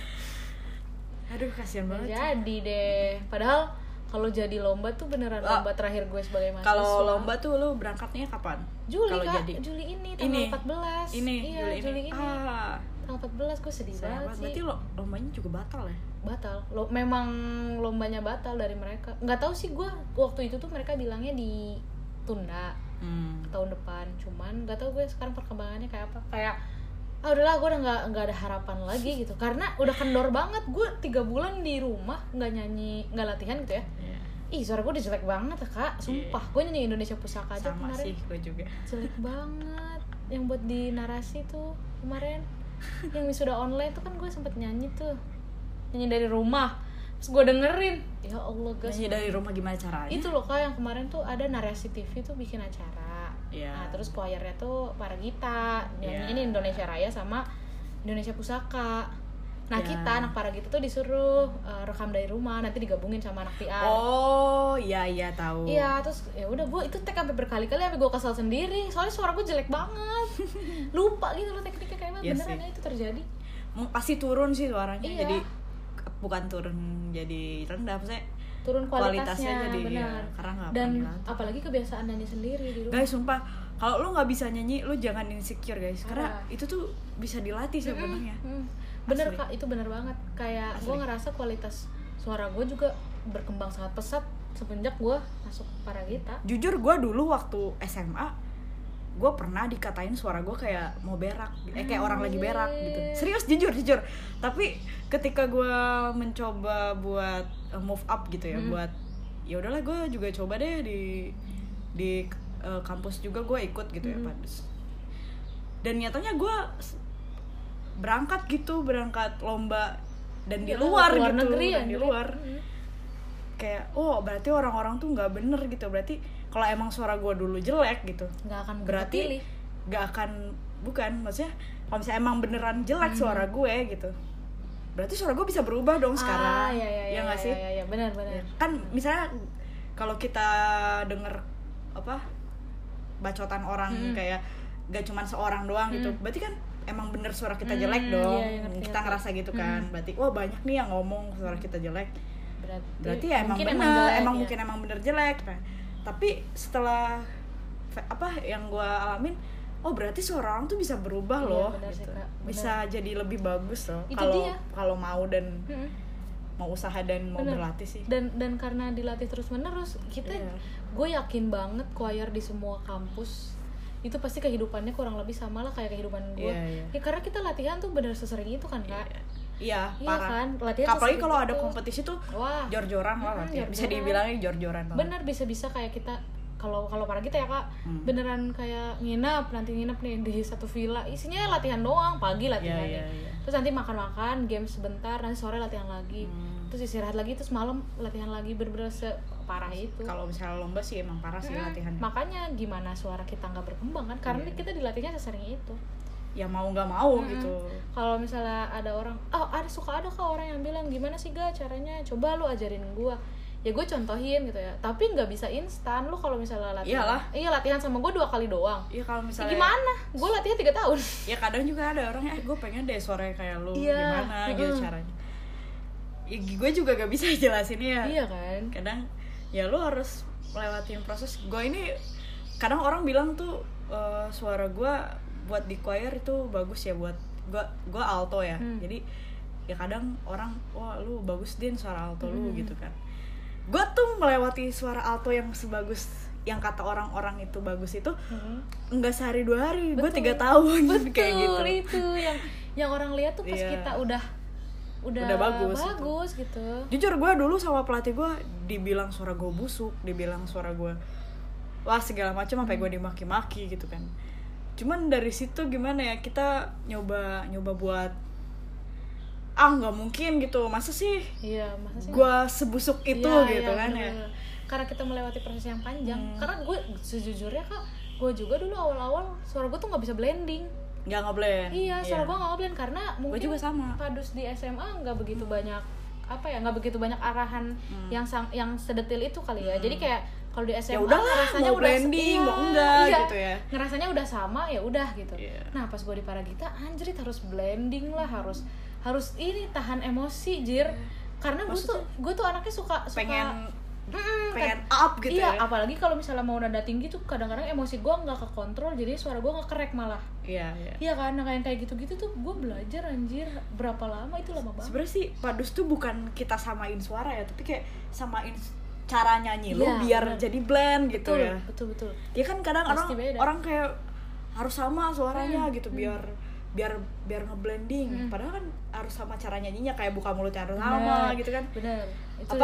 Aduh kasihan Nggak banget. jadi deh. Padahal kalau jadi lomba tuh beneran lomba terakhir gue sebagai mahasiswa. Kalau lomba tuh lu berangkatnya kapan? Juli kalau kak, jadi Juli ini tanggal 14. Ini iya, Juli ini. Tanggal 14 gue sedih banget sih. Berarti lombanya juga batal ya? Batal. Memang lombanya batal dari mereka. Nggak tahu sih gue waktu itu tuh mereka bilangnya ditunda tahun depan. Cuman nggak tahu gue sekarang perkembangannya kayak apa. Kayak udahlah gue udah nggak ada harapan lagi gitu. Karena udah kendor banget. Gue 3 bulan di rumah nggak nyanyi, nggak latihan gitu ya. Ih suara gue udah jelek banget ya kak, sumpah. Gue nyanyi Indonesia Pusaka aja sama kemarin. sih gue juga. Jelek banget. Yang buat di narasi tuh kemarin, yang wisuda online tuh kan gue sempet nyanyi tuh, nyanyi dari rumah. Terus gue dengerin, ya Allah guys. Nyanyi dari rumah gimana caranya? Itu loh kak yang kemarin tuh ada narasi TV tuh bikin acara. Iya. Nah terus choirnya tuh para Gita, nyanyi ini Indonesia Raya sama Indonesia Pusaka. Nah kita anak para Gita tuh disuruh rekam dari rumah, nanti digabungin sama anak PR. Oh iya tahu. Iya, terus ya udah gue itu take sampai berkali-kali sampai gue kesal sendiri. Soalnya suara gue jelek banget. Lupa gitu loh tekniknya kayak mana. Iya Beneran sih. ya itu terjadi. Pasti turun sih suaranya. Iya. Jadi bukan turun jadi rendah, maksudnya Turun kualitasnya, jadi benar. karena nggak Dan pernah dilatih. apalagi kebiasaan nyanyi sendiri di rumah. Guys, sumpah kalau lu nggak bisa nyanyi, lu jangan insecure guys, karena itu tuh bisa dilatih sebenarnya. Bener Asli. kak, itu bener banget. Kayak gue ngerasa kualitas suara gue juga berkembang sangat pesat semenjak gue masuk para Gita. Jujur gue dulu waktu SMA gue pernah dikatain suara gue kayak mau berak, kayak orang lagi berak gitu. Serius, jujur. Tapi ketika gue mencoba buat move up gitu ya, buat ya udahlah gue juga coba deh di kampus juga gue ikut gitu ya Padus. Dan nyatanya gue berangkat lomba dan di luar gitu, negeri ya, di luar. Kayak berarti orang-orang tuh nggak bener gitu. Berarti kalau emang suara gue dulu jelek gitu, nggak akan berarti pilih. nggak akan, bukan maksudnya kalau misalnya emang beneran jelek suara gue gitu, berarti suara gue bisa berubah dong sekarang. Iya nggak sih? Iya benar. Kan misalnya kalau kita denger apa bacotan orang kayak gak cuman seorang doang gitu, berarti kan emang bener suara kita jelek dong. Iya, ngerti. Kita ngerasa gitu kan, berarti banyak nih yang ngomong suara kita jelek. Berarti ya emang mungkin bener, jelek, mungkin emang bener jelek. Nah, tapi setelah yang gue alamin, berarti suara orang tuh bisa berubah loh, bener gitu. sih, Kak. Bener. Bisa jadi lebih bagus loh Itu dia. kalau mau dan mau usaha dan mau berlatih sih. Dan karena dilatih terus menerus, kita gue yakin banget choir di semua kampus itu pasti kehidupannya kurang lebih sama lah kayak kehidupan gue. Ya karena kita latihan tuh bener sesering itu kan kak. Iya, kan, parah. latihan Apalagi kalau ada itu. kompetisi tuh Wah, jor-joran lah latihan. Bisa dibilangnya jor-joran banget. Bener, bisa kayak kita kalau para kita ya kak, beneran kayak nanti nginep nih di satu villa, isinya latihan doang, pagi latihan. Iya. Terus nanti makan game sebentar, nanti sore latihan lagi. terus istirahat lagi, terus malam latihan lagi, bener-bener separah itu. Kalau misalnya lomba sih emang parah sih latihannya. Makanya gimana suara kita nggak berkembang kan, karena kita dilatihnya sesering itu. Ya mau nggak mau gitu. Kalau misalnya ada orang, ada kok orang yang bilang gimana sih Ga caranya, coba lu ajarin gua. Ya gue contohin gitu ya, tapi nggak bisa instan. Lu kalau misalnya latihan, iyalah, latihan sama gue 2 kali doang. Iya kalau misalnya gimana, gue latihan 3 tahun. Ya kadang juga ada orangnya, gue pengen deh suaranya kayak lu, gimana gitu caranya. Ya gue juga gak bisa jelasin ya. Iya kan. Kadang ya lu harus melewatin proses. Gue ini kadang orang bilang tuh suara gue buat di choir itu bagus ya, buat gue alto ya. Jadi ya kadang orang, wah lu bagus Din suara alto lu gitu kan. Gue tuh melewati suara alto yang sebagus yang kata orang-orang itu bagus itu enggak sehari 2 hari, gue 3 tahun. Betul, kayak gitu. Itu yang orang lihat tuh pas kita udah bagus gitu. Jujur gue dulu sama pelatih gue dibilang suara gue busuk, dibilang suara gue wah segala macam, sampai gue dimaki-maki gitu kan. Cuman dari situ gimana ya, kita nyoba buat nggak mungkin gitu, masa sih gue sebusuk itu gitu kan ya. Karena kita melewati proses yang panjang. Karena gue sejujurnya Kak, gue juga dulu awal-awal suara gue tuh nggak bisa blending. Nggak ngeblend. Iya, suara gue nggak ngeblend karena mungkin gue juga sama. Padus di SMA nggak begitu banyak nggak begitu banyak arahan yang sedetil itu kali ya. Jadi kayak kalau di SMA ya rasanya udah blending, mau enggak gitu ya. Ngerasanya udah sama ya udah gitu. Nah pas gue di Paragita anjrit harus blending lah, harus ini tahan emosi jir. Karena gue tuh anaknya suka pengen up gitu ya. Iya, apalagi kalau misalnya mau nada tinggi tuh kadang-kadang emosi gue nggak kekontrol, jadi suara gue nggak kerek malah. Iya kan, nah kayak gitu-gitu tuh gue belajar anjir berapa lama, itu lama banget. Sebenarnya sih padus tuh bukan kita samain suara ya, tapi kayak samain cara nyanyi lu biar jadi blend gitu. Betul. Ya kan kadang orang kayak harus sama suaranya gitu biar ngeblending. Padahal kan harus sama cara nyanyinya, kayak buka mulutnya harus sama gitu kan. Bener. Apa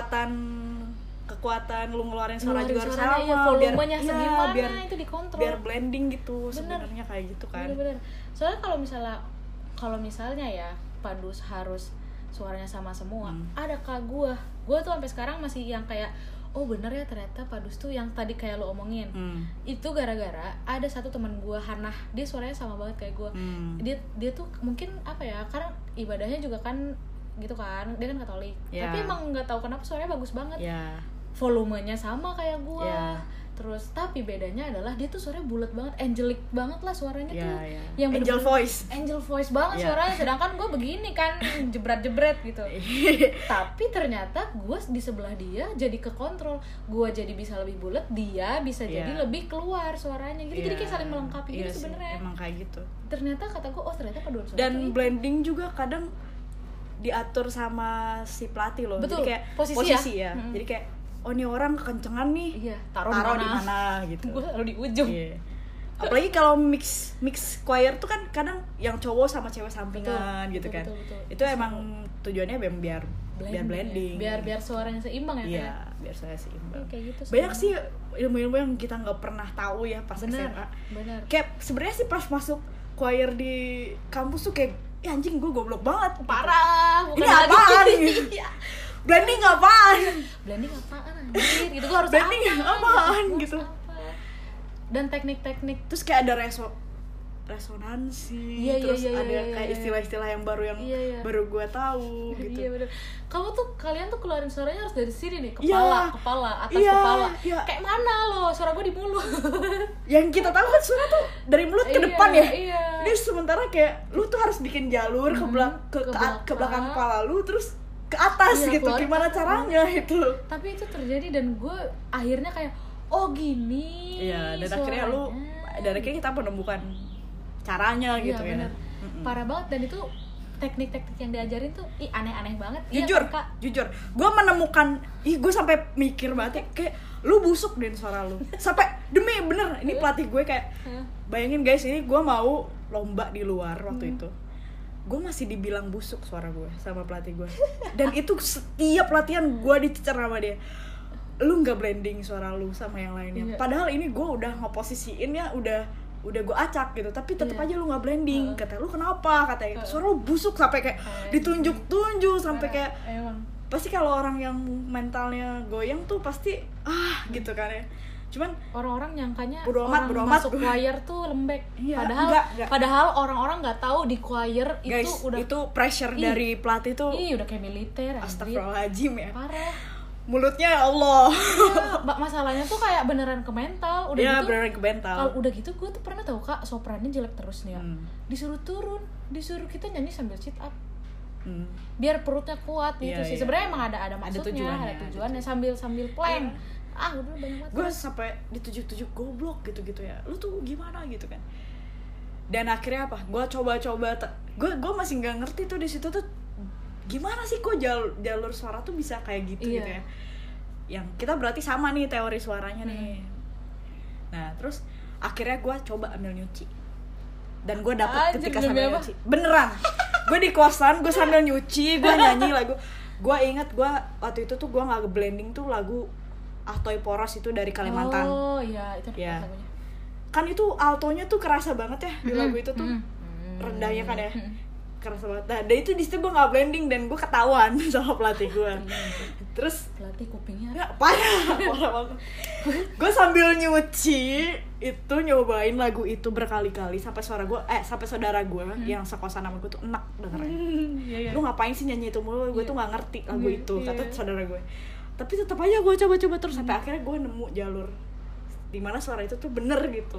kekuatan lu ngeluarin suara juga harus sama, ya, volumenya segimana itu dikontrol. Biar blending gitu sebenarnya kayak gitu kan. Bener. Soalnya kalau misalnya ya padus harus suaranya sama semua. Ada Kak gue tuh sampai sekarang masih yang kayak bener ya ternyata padus tuh yang tadi kayak lo omongin. Itu gara-gara ada satu teman gue, Hanah, dia suaranya sama banget kayak gue. Dia tuh mungkin karena ibadahnya juga kan gitu kan, dia kan Katolik. Tapi emang nggak tahu kenapa suaranya bagus banget. Volumenya sama kayak gue. Terus tapi bedanya adalah dia tuh suaranya bulat banget, angelic banget lah suaranya tuh. Yang angel voice banget suaranya. Sedangkan gue begini kan jebret gitu. Tapi ternyata gue di sebelah dia jadi kekontrol. Gue jadi bisa lebih bulat, dia bisa jadi lebih keluar suaranya gitu. Jadi kayak saling melengkapi gitu sebenarnya. Emang kayak gitu. Ternyata kata gue, ternyata paduan suara. Dan blending juga kadang diatur sama si pelatih loh. Betul. Jadi kayak posisi ya. Jadi kayak ini orang kekencengan nih, taruh di mana gitu. Gue taruh di ujung. Apalagi kalau mix choir tuh kan kadang yang cowok sama cewek sampingan gitu kan. Betul. Itu emang tujuannya biar blending. Biar suaranya seimbang ya. Iya, biar suaranya seimbang. Kayak gitu. Banyak sih ilmu-ilmu yang kita nggak pernah tahu ya pas SMA. Bener. Kayak sebenarnya sih pas masuk choir di kampus tuh kayak anjing gue goblok banget. Parah. Ini apaan? Blending apaan anjir, gitu gue harus blending apaan gitu. Dan teknik-teknik terus kayak ada resonansi, terus ada kayak istilah-istilah yang baru baru gue tahu gitu. Iya bener. Kalian tuh keluarin suaranya harus dari sini nih, kepala atas kepala. Kayak mana lo suara gue di mulut. Yang kita tahu kan suara tuh dari mulut ke depan ya. Ini sementara kayak lu tuh harus bikin jalur ke belakang kepala lu terus ke atas gitu. Gimana caranya itu? Tapi itu terjadi dan gue akhirnya kayak gini. Iya, dan akhirnya kita menemukan caranya gitu ya. Parah banget. Dan itu teknik-teknik yang diajarin tuh aneh-aneh banget. Jujur gue menemukan, gue sampai mikir banget ya, kayak lu busuk deh suara lu. Sampai demi bener, ini pelatih gue kayak bayangin guys, ini gue mau lomba di luar waktu itu. Gue masih dibilang busuk suara gue sama pelatih gue. Dan itu setiap latihan gue dicecer sama dia, lu nggak blending suara lu sama yang lainnya. Padahal ini gue udah ngeposisiin ya, udah gue acak gitu, tapi tetap aja lu nggak blending. Kata lu kenapa? Katanya gitu, suara lu busuk sampai kayak ditunjuk sampai kayak pasti kalau orang yang mentalnya goyang tuh pasti gitu kan ya. Cuman orang-orang nyangkanya bodo amat, orang masuk choir tuh lembek. Iya, enggak. Padahal orang-orang nggak tahu di choir guys, itu pressure dari pelatih tuh. Udah kayak militer. Astagfirullahaladzim ya. Parah. Mulutnya ya Allah. Iya, masalahnya tuh kayak beneran ke mental. Udah gitu. Beneran ke mental. Kalau udah gitu gue tuh pernah tahu Kak, soprannya jelek terus nih ya. Disuruh turun, disuruh kita nyanyi sambil sit up. Biar perutnya kuat gitu sih. Sebenarnya emang ada maksudnya, ada tujuannya sambil plank. Udah banyak banget. Gue sampai ditujuk-tujuk goblok gitu ya. Lu tuh gimana gitu kan. Dan akhirnya apa? Gue coba-coba gue masih nggak ngerti tuh di situ tuh gimana sih kok jalur suara tuh bisa kayak gitu gitu ya. Yang kita berarti sama nih teori suaranya nih. Nah, terus akhirnya gue coba ambil nyuci. Dan gue dapet ketika sambil nyuci. Beneran. Gue di kosan, gue sambil nyuci, gue nyanyi lagu. Gue inget gue waktu itu tuh gue nggak blending tuh lagu Ahtoy Poros itu dari Kalimantan. Oh iya, itu ya. Kan itu altonya tuh kerasa banget ya di lagu itu tuh. Rendahnya kan ya. Kerasa banget. Nah, dari itu di situ gue nggak blending dan gue ketahuan sama pelatih gue. Terus pelatih kupingnya parah banget. Gue sambil nyuci itu nyobain lagu itu berkali-kali sampai sampai saudara gue yang sekosan sama gue tuh enak dengerin. Lu ngapain sih nyanyi itu mulu? Gue tuh nggak ngerti lagu itu, kata saudara gue. Tapi tetap aja gue coba-coba terus sampai akhirnya gue nemu jalur dimana suara itu tuh bener gitu.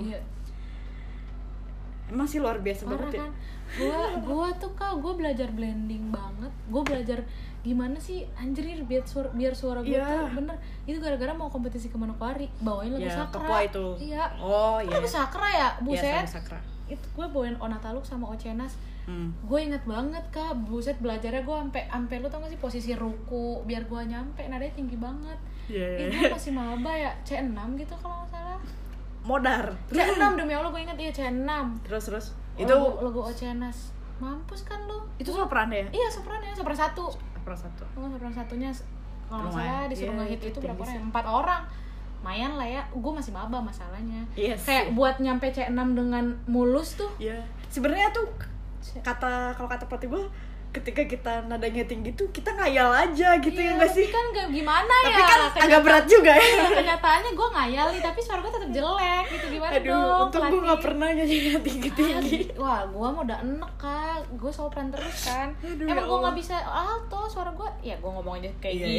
Emang sih luar biasa banget ya. Kan? Gue tuh Kak, gue belajar blending banget. Gue belajar gimana sih anjir biar suara gue tuh bener. Itu gara-gara mau kompetisi ke Manokwari, bawain lagu Sakra. Papua itu. Iya. Oh iya. Lagu Sakra ya, buset. Sakra. Itu gue bawain Ona Taluk sama Ocenas. Gue inget banget Kak, buset belajarnya gue sampai lu tau gak sih posisi ruku biar gue nyampe nadanya tinggi banget. Itu masih maba ya, C6 gitu kalau nggak salah. Modar. C6 demi Allah gue inget, iya C6. Terus itu lagu Ocenas. Mampus kan lu. Itu sopran ya? Iya, soprannya, sopran 1. Sopran 1. Sopran 1-nya kalau nggak salah disuruh ngehit itu berapa orang? 4 orang. Lumayan lah ya, gue masih maba masalahnya. Kayak buat nyampe C6 dengan mulus tuh. Iya. Sebenarnya tuh kalau kata pelatih gue, ketika kita nadanya tinggi tuh kita ngayal aja gitu ya nggak sih? Tapi kan nggak gimana tapi ya. Tapi kan agak berat juga ya. Kenyataannya gue ngayal nih, tapi suara gue tetap jelek gitu, gimana dong? Aduh, untung gue nggak pernah nyanyi tinggi-tinggi. Wah, gue mau udah enek Kak, gue sopran terus kan. Emang gue nggak bisa alto, suara gue, ya gue ngomong aja kayak gini.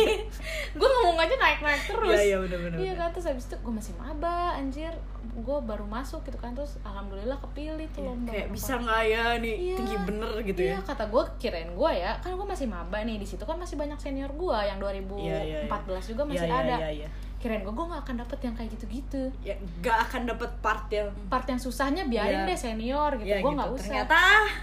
Gue ngomong aja naik-naik terus. Iya benar-benar. Iya kan, terus habis itu gue masih maba, anjir. Gue baru masuk gitu kan, terus alhamdulillah kepilih tuh lomba. Kayak bisa nggak ya nih tinggi bener gitu ya? Iya, kata gue, kirain gue ya, kan gue masih maba nih, di situ kan masih banyak senior gue yang 2014 juga masih ada. Kirain gue nggak akan dapet yang kayak gitu-gitu. Ya nggak akan dapet part yang susahnya biarin deh senior gitu. Gue nggak usah. Ternyata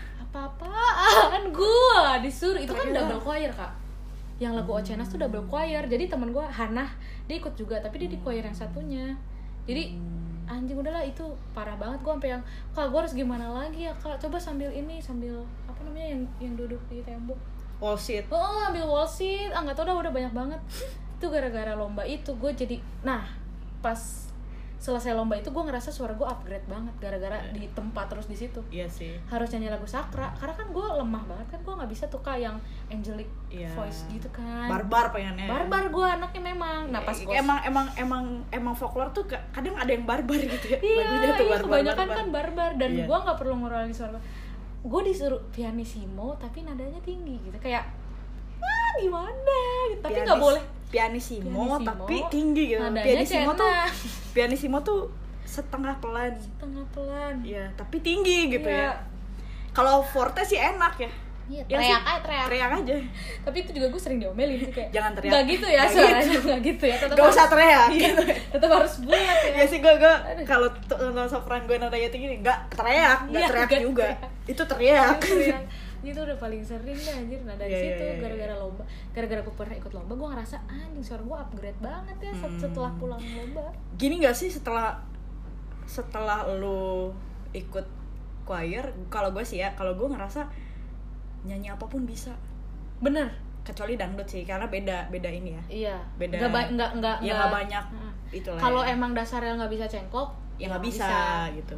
apa-apaan gue disuruh itu kan double choir Kak. Yang lagu Ocenas tuh double choir. Jadi teman gue Hanah dia ikut juga, tapi dia di choir yang satunya. Jadi anjing udahlah, itu parah banget. Gue sampai yang Kak, gue harus gimana lagi ya Kak, coba sambil apa namanya yang duduk di tembok, wall seat. Ambil wall seat, nggak tau udah banyak banget. Itu gara-gara lomba itu gue jadi, nah pas selesai lomba itu gue ngerasa suara gue upgrade banget gara-gara di tempat terus di situ. Iya sih. Harus nyanyi lagu Sakra karena kan gue lemah banget kan, gue nggak bisa tuh Kak yang angelic voice gitu kan. Barbar pengennya. Barbar gue anaknya memang. Nah pas emang folklore tuh kadang ada yang barbar gitu ya. Iya, kebanyakan kan barbar dan gue nggak perlu ngurangin suara. Gue disuruh pianissimo tapi nadanya tinggi gitu, kayak gimana gitu. Tapi nggak boleh pianissimo tapi tinggi gitu. Nadanya pianissimo tuh setengah pelan. Iya, tapi tinggi gitu ya. Kalau forte sih enak ya. Iya, teriak aja. Tapi itu juga gue sering diomelin sih kayak. Jangan teriak. Enggak gitu ya suaranya, enggak gitu ya. Gak usah teriak. Iya, tetap harus bulat ya. Ya sih gue kalau sopran gue nadanya tinggi enggak teriak juga. Itu teriak. Itu udah paling sering deh anjir. Nah dari situ gara-gara lomba, gara-gara gue pernah ikut lomba, gue ngerasa anjing suara gue upgrade banget ya setelah pulang lomba. Gini gak sih setelah lo ikut choir, kalau gue sih ya, kalau gue ngerasa nyanyi apapun bisa. Bener. Kecuali dangdut sih, karena beda ini ya. Iya. Beda. Nggak banyak. Itulah. Kalau emang dasarnya nggak bisa cengkok, ya nggak bisa gitu.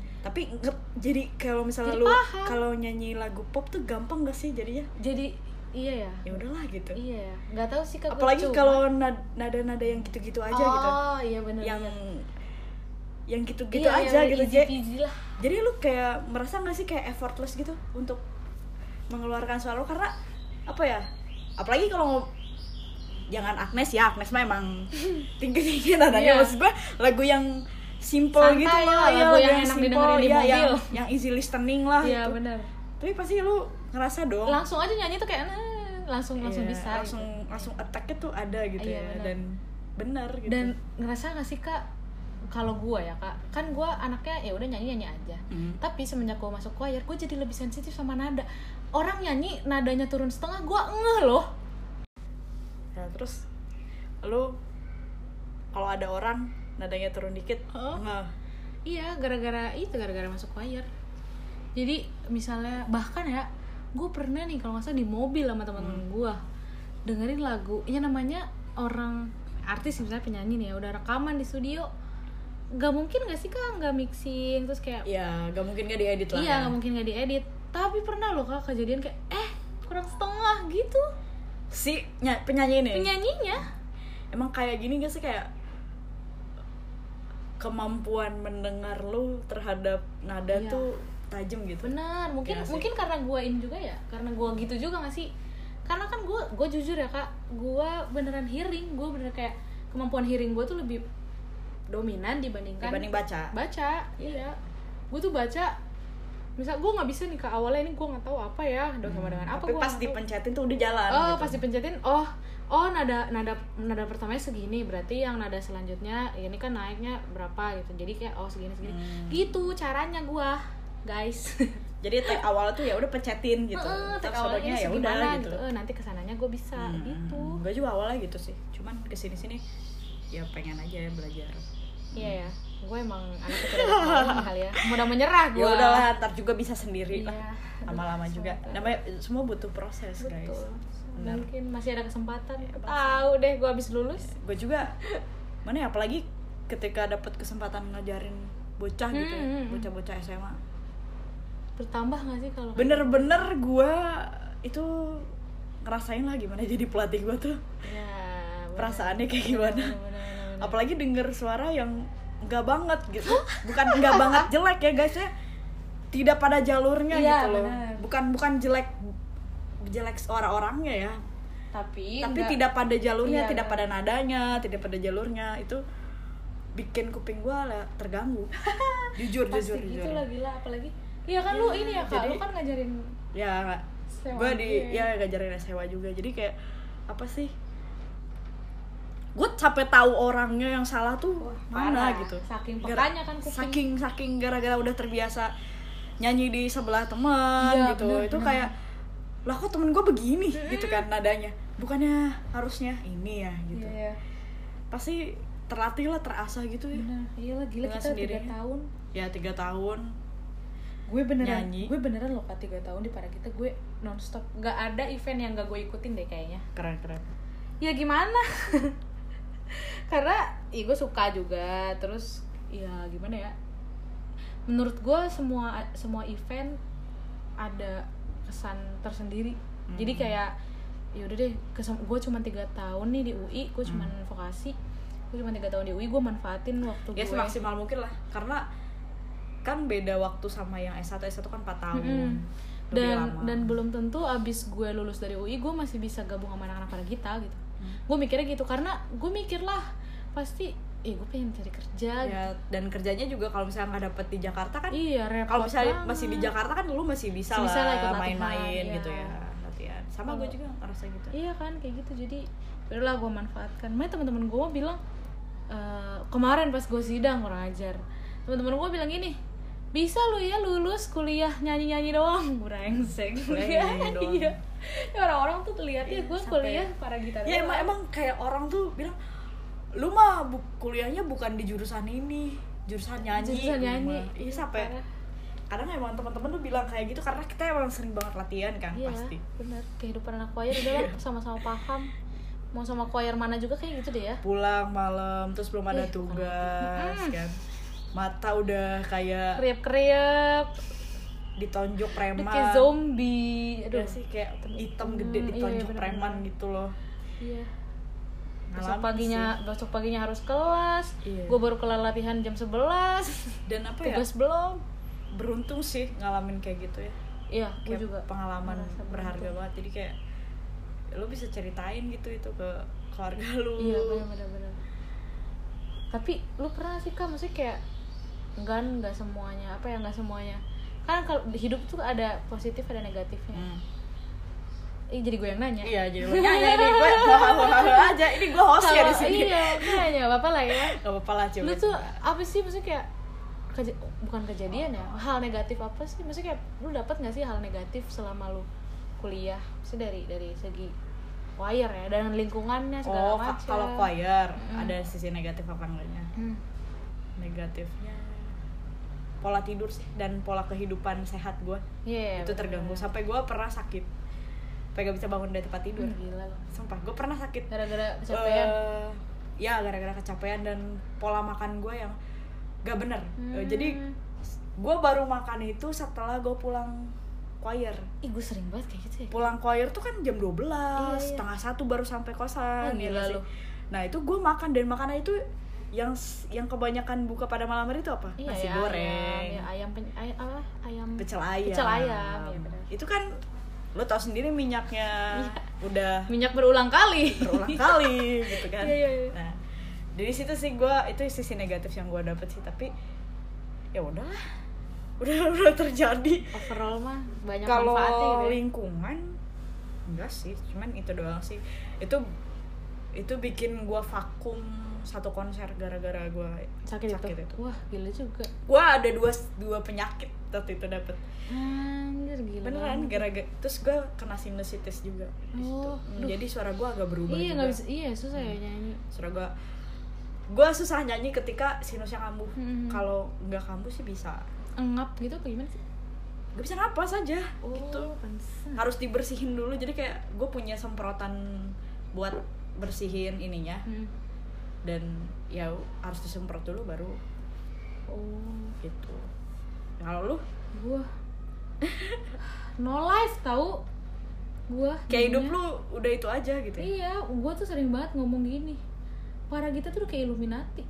Tapi jadi kalau misalnya jadi lu kalau nyanyi lagu pop tuh gampang gak sih jadinya? Jadi Iya ya. Ya udahlah gitu. Iya ya. Nggak tahu sih Kak. Apalagi kalau nada-nada yang gitu-gitu aja gitu. Oh iya benar. Yang gitu-gitu iya, aja yang gitu. easy lah. Jadi lu kayak merasa nggak sih kayak effortless gitu untuk mengeluarkan suara lu, karena apa ya? Apalagi kalau jangan Agnes ya, Agnes mah emang tinggi-tinggi nadanya. Maksud gue lagu yang simple gitu lah, lagu yang enak didengerin di mobil, yang easy listening lah. Iya gitu. Benar. Tapi pasti lu ngerasa dong. Langsung aja nyanyi tuh kayak langsung bisa. Langsung attack-nya tuh ada gitu iya, ya. Dan benar gitu. Dan ngerasa nggak sih Kak, kalau gue ya Kak, kan gue anaknya ya udah nyanyi aja. Tapi semenjak gue masuk choir, gue jadi lebih sensitif sama nada. Orang nyanyi nadanya turun setengah, gue ngeh loh. Nah, terus lu kalau ada orang nadanya turun dikit, ngeh. Iya, gara-gara masuk choir. Jadi misalnya bahkan ya, gue pernah nih kalau nggak salah di mobil sama teman-teman gue dengerin lagu, ya namanya orang artis misalnya penyanyi nih ya udah rekaman di studio, nggak mungkin nggak sih Kak nggak mixing terus kayak ya nggak mungkin nggak diedit lah. Iya nggak mungkin nggak diedit. Tapi pernah loh Kak kejadian kayak kurang setengah gitu si penyanyinya emang kayak gini nggak sih, kayak kemampuan mendengar lu terhadap nada tuh tajam gitu. Benar, mungkin karena gue ini juga ya, karena gue gitu juga nggak sih, karena kan gue jujur ya Kak, gue beneran hearing, gue bener kayak kemampuan hearing gue tuh lebih dominan dibanding baca. Iya, gue tuh baca, misal gue nggak bisa nih Kak awalnya ini gue nggak tahu apa ya sama dengan apa. Tapi pas dipencetin tuh udah jalan. Gitu. Pas dipencetin nada pertamanya segini, berarti yang nada selanjutnya ini kan naiknya berapa gitu, jadi kayak segini gitu caranya gue guys. Jadi tag awal tuh ya udah pencetin gitu. Tag awalnya ya udah gitu. Nanti kesananya gue bisa gitu. Gue juga awalnya gitu sih. Cuman kesini ya pengen aja belajar. Iya ya. Gue emang anaknya tidak ada kali ya. Mudah menyerah gue. Ya udahlah, ntar juga bisa sendiri lah. Iya. Lama-lama juga. Namanya semua butuh proses, guys. Betul. Benar. Mungkin masih ada kesempatan. Tahu deh gue habis lulus. Gue juga. Mana ya, apalagi ketika dapat kesempatan ngajarin bocah gitu ya. Bocah-bocah SMA. Bertambah nggak sih kalau bener-bener gue itu ngerasain lah gimana jadi pelatih gue tuh ya, perasaannya kayak gimana. Bener. Apalagi denger suara yang nggak banget gitu, bukan nggak banget jelek ya guys ya, tidak pada jalurnya gitu loh. Bukan jelek suara-orangnya ya, tapi tidak pada jalurnya, tidak pada nadanya, tidak pada jalurnya. Itu bikin kuping gue terganggu. jujur gitu lah, gila. Apalagi iya kan lu ini ya Kak, jadi, lu kan ngajarin ya gue ngajarin sewa juga, jadi kayak apa sih, gue sampai tahu orangnya yang salah tuh mana gitu, saking pekanya kan kuping, saking gara-gara udah terbiasa nyanyi di sebelah teman gitu, itu kayak lah kok temen gue begini gitu kan nadanya, bukannya harusnya ini ya gitu. Pasti terlatih lah, terasah gitu ya. Iyalah, gila kita 3 tahun ya, 3 tahun gue beneran loh Kak, 3 tahun di Paragita gue nonstop, gak ada event yang gak gue ikutin deh kayaknya. Keren ya gimana. Karena gue suka juga, terus ya gimana ya, menurut gue semua event ada kesan tersendiri. Jadi kayak yaudah deh, gue cuma 3 tahun nih di UI, gue cuma vokasi, gue cuma 3 tahun di UI, gue manfaatin waktu gue semaksimal mungkin lah, karena kan beda waktu sama yang S1 kan 4 tahun. Dan belum tentu abis gue lulus dari UI gue masih bisa gabung sama anak-anak Paragita gitu. Gue mikirnya gitu, karena gue mikir lah pasti gue pengen cari kerja ya, gitu. Dan kerjanya juga kalau misalnya nggak dapet di Jakarta kan, kalau misalnya masih di Jakarta kan lu masih bisa lah main-main gitu ya, latihan. Sama gue juga ngerasa gitu. Iya kan, kayak gitu. Jadi udahlah gue manfaatkan. Makanya teman-teman gue bilang kemarin pas gue sidang kurang ajar, teman-teman gue bilang gini, bisa lu ya lulus kuliah nyanyi-nyanyi doang, brengsek. Iya. Ya, orang-orang tuh lihatnya gue kuliah Paragita. Ya emang kayak orang tuh bilang, lu mah kuliahnya bukan di jurusan ini, jurusan nyanyi. Iya, sampai kadang emang teman-teman tuh bilang kayak gitu karena kita emang sering banget latihan kan. Iya, pasti. Benar. Kehidupan anak choir udahlah sama-sama paham. Mau sama choir mana juga kayak gitu deh ya. Pulang malam terus belum ada tugas kan. Mata udah kayak kriep-kriep. ditonjok Dia preman. kayak zombie. Aduh sih kayak hitam gede ditonjok iya, preman gitu loh. Iya. Ngalamin Besok paginya harus kelas. Iya. Gue baru kelar latihan jam 11. Dan apa ya? Tugas belum. Beruntung sih ngalamin kayak gitu ya. Iya, gue Kayak juga pengalaman merasa berharga beruntung. banget. Jadi kayak lu bisa ceritain gitu itu ke keluarga lu. Iya, benar. Tapi lu pernah sih Kak, maksudnya kayak nggak semuanya, apa ya, nggak semuanya. Kan kalau di hidup tuh ada positif ada negatifnya. Jadi gue yang nanya. Iya, jadi lu nanya ini gue aja. Ini gue hostnya di sini. Iya, nanya apa-apa lah ya. Gak apa-apa lah coba. Lu tuh apa sih maksudnya kayak bukan kejadian ya, hal negatif apa sih? Maksudnya kayak lu dapat nggak sih hal negatif selama lu kuliah? Maksudnya dari segi choir ya, dan lingkungannya segala macam. Kalau choir ada sisi negatif apa enggaknya? Negatifnya pola tidur sih, dan pola kehidupan sehat gue. Itu terganggu sampai gue pernah sakit, sampai gak bisa bangun dari tempat tidur. Gila loh. Sumpah gue pernah sakit Gara-gara kecapean. Ya gara-gara kecapean dan pola makan gue yang gak bener. Jadi gue baru makan itu setelah gue pulang choir. Ih, gue sering banget kayak gitu ya. Pulang choir tuh kan jam 12, Iya. setengah 1 baru sampai kosan. Gila sih. lu. Nah itu gue makan, dan makanan itu yang kebanyakan buka pada malam hari itu apa? Iya, Nasi ya, goreng, ayam pecel ayam. Iya benar. Itu kan lo tau sendiri minyaknya udah Minyak berulang kali gitu kan. Iya. Nah dari situ sih gue, itu sisi negatif yang gue dapet sih. Tapi ya udahlah, udah terjadi. Overall mah banyak Kalau manfaatnya gitu ya. lingkungan enggak sih, cuman itu doang sih. Itu bikin gue vakum satu konser gara-gara gue sakit itu. Wah gila juga. Gue ada dua penyakit waktu itu dapet. Anjir gila. Beneran gara-gara terus gue kena sinusitis juga di situ. Jadi suara gue agak berubah. Iya juga. nggak bisa. Iya susah ya nyanyi. Suara gue susah nyanyi ketika sinusnya kambuh. Kalau nggak kambuh sih bisa. Engap gitu apa gimana sih? Gak bisa napas aja gitu. Pantesan. Harus dibersihin dulu. Jadi kayak gue punya semprotan buat bersihin ininya. Dan ya harus disemprot dulu baru gitu. Kalau lu? Gua no life tahu. Gua Kayak hidup lu udah itu aja gitu ya? Iya, gua tuh sering banget ngomong gini. Para kita tuh kayak Illuminati.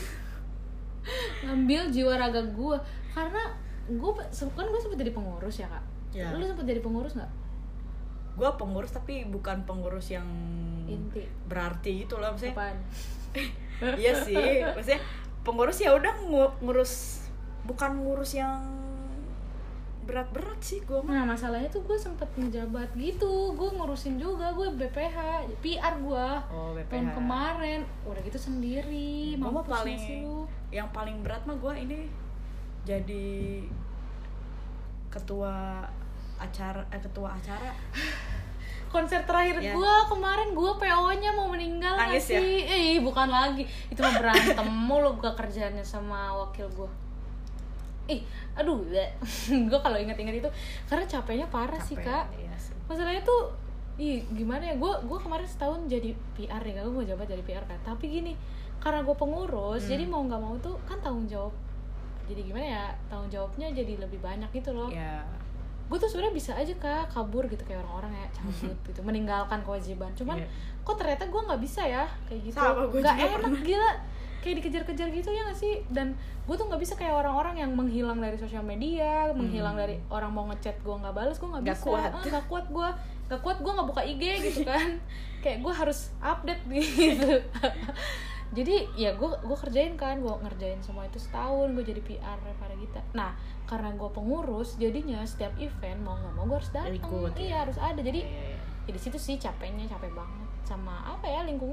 Ngambil jiwa raga gua. Karena gue sempet jadi pengurus ya Kak. Ya. Lu sempet jadi pengurus nggak? Gue pengurus tapi bukan pengurus yang Inti. berarti gitu loh maksudnya. Apaan? Iya sih, maksudnya pengurus ya udah ngurus, bukan ngurus yang berat-berat sih gue. Nah masalahnya tuh gue sempet ngejabat gitu. Gue ngurusin juga, gue BPH PR gue BPH. tahun kemarin. Udah gitu sendiri. Gue mah Mampus sih lu. yang paling berat mah gue ini jadi ketua acara konser terakhir ya. gue kemarin, gue PO-nya mau meninggal. Nangis gak sih? Ya? Bukan lagi. Itu mah berantem mulu gue kerjaannya sama wakil gue. Aduh, gue kalau inget-inget itu karena capeknya parah sih Kak. Iya sih. Masalahnya tuh, gimana ya? Gue kemarin setahun jadi PR ya, gue mau jabat jadi PR kan. Tapi gini, karena gue pengurus, jadi mau nggak mau tuh kan tanggung jawab. Jadi gimana ya? Tanggung jawabnya jadi lebih banyak gitu loh. Ya. Gue tuh sebenarnya bisa aja Kak kabur gitu kayak orang-orang ya, cabut gitu, meninggalkan kewajiban. Cuman kok ternyata gue nggak bisa ya kayak gitu. Gak enak gila. Kayak dikejar-kejar gitu ya nggak sih? Dan gue tuh nggak bisa kayak orang-orang yang menghilang dari sosial media, menghilang dari orang mau ngechat gue nggak balas, gue nggak bisa. Nggak kuat gue nggak buka IG gitu kan. Kayak gue harus update gitu. Jadi ya gue kerjain kan, gue ngerjain semua itu setahun, gue jadi PR Faragita. Nah karena gue pengurus, jadinya setiap event mau nggak mau gue harus datang. Iya harus ada. Jadi ya di situ sih capek banget. Sama apa ya, lingkungan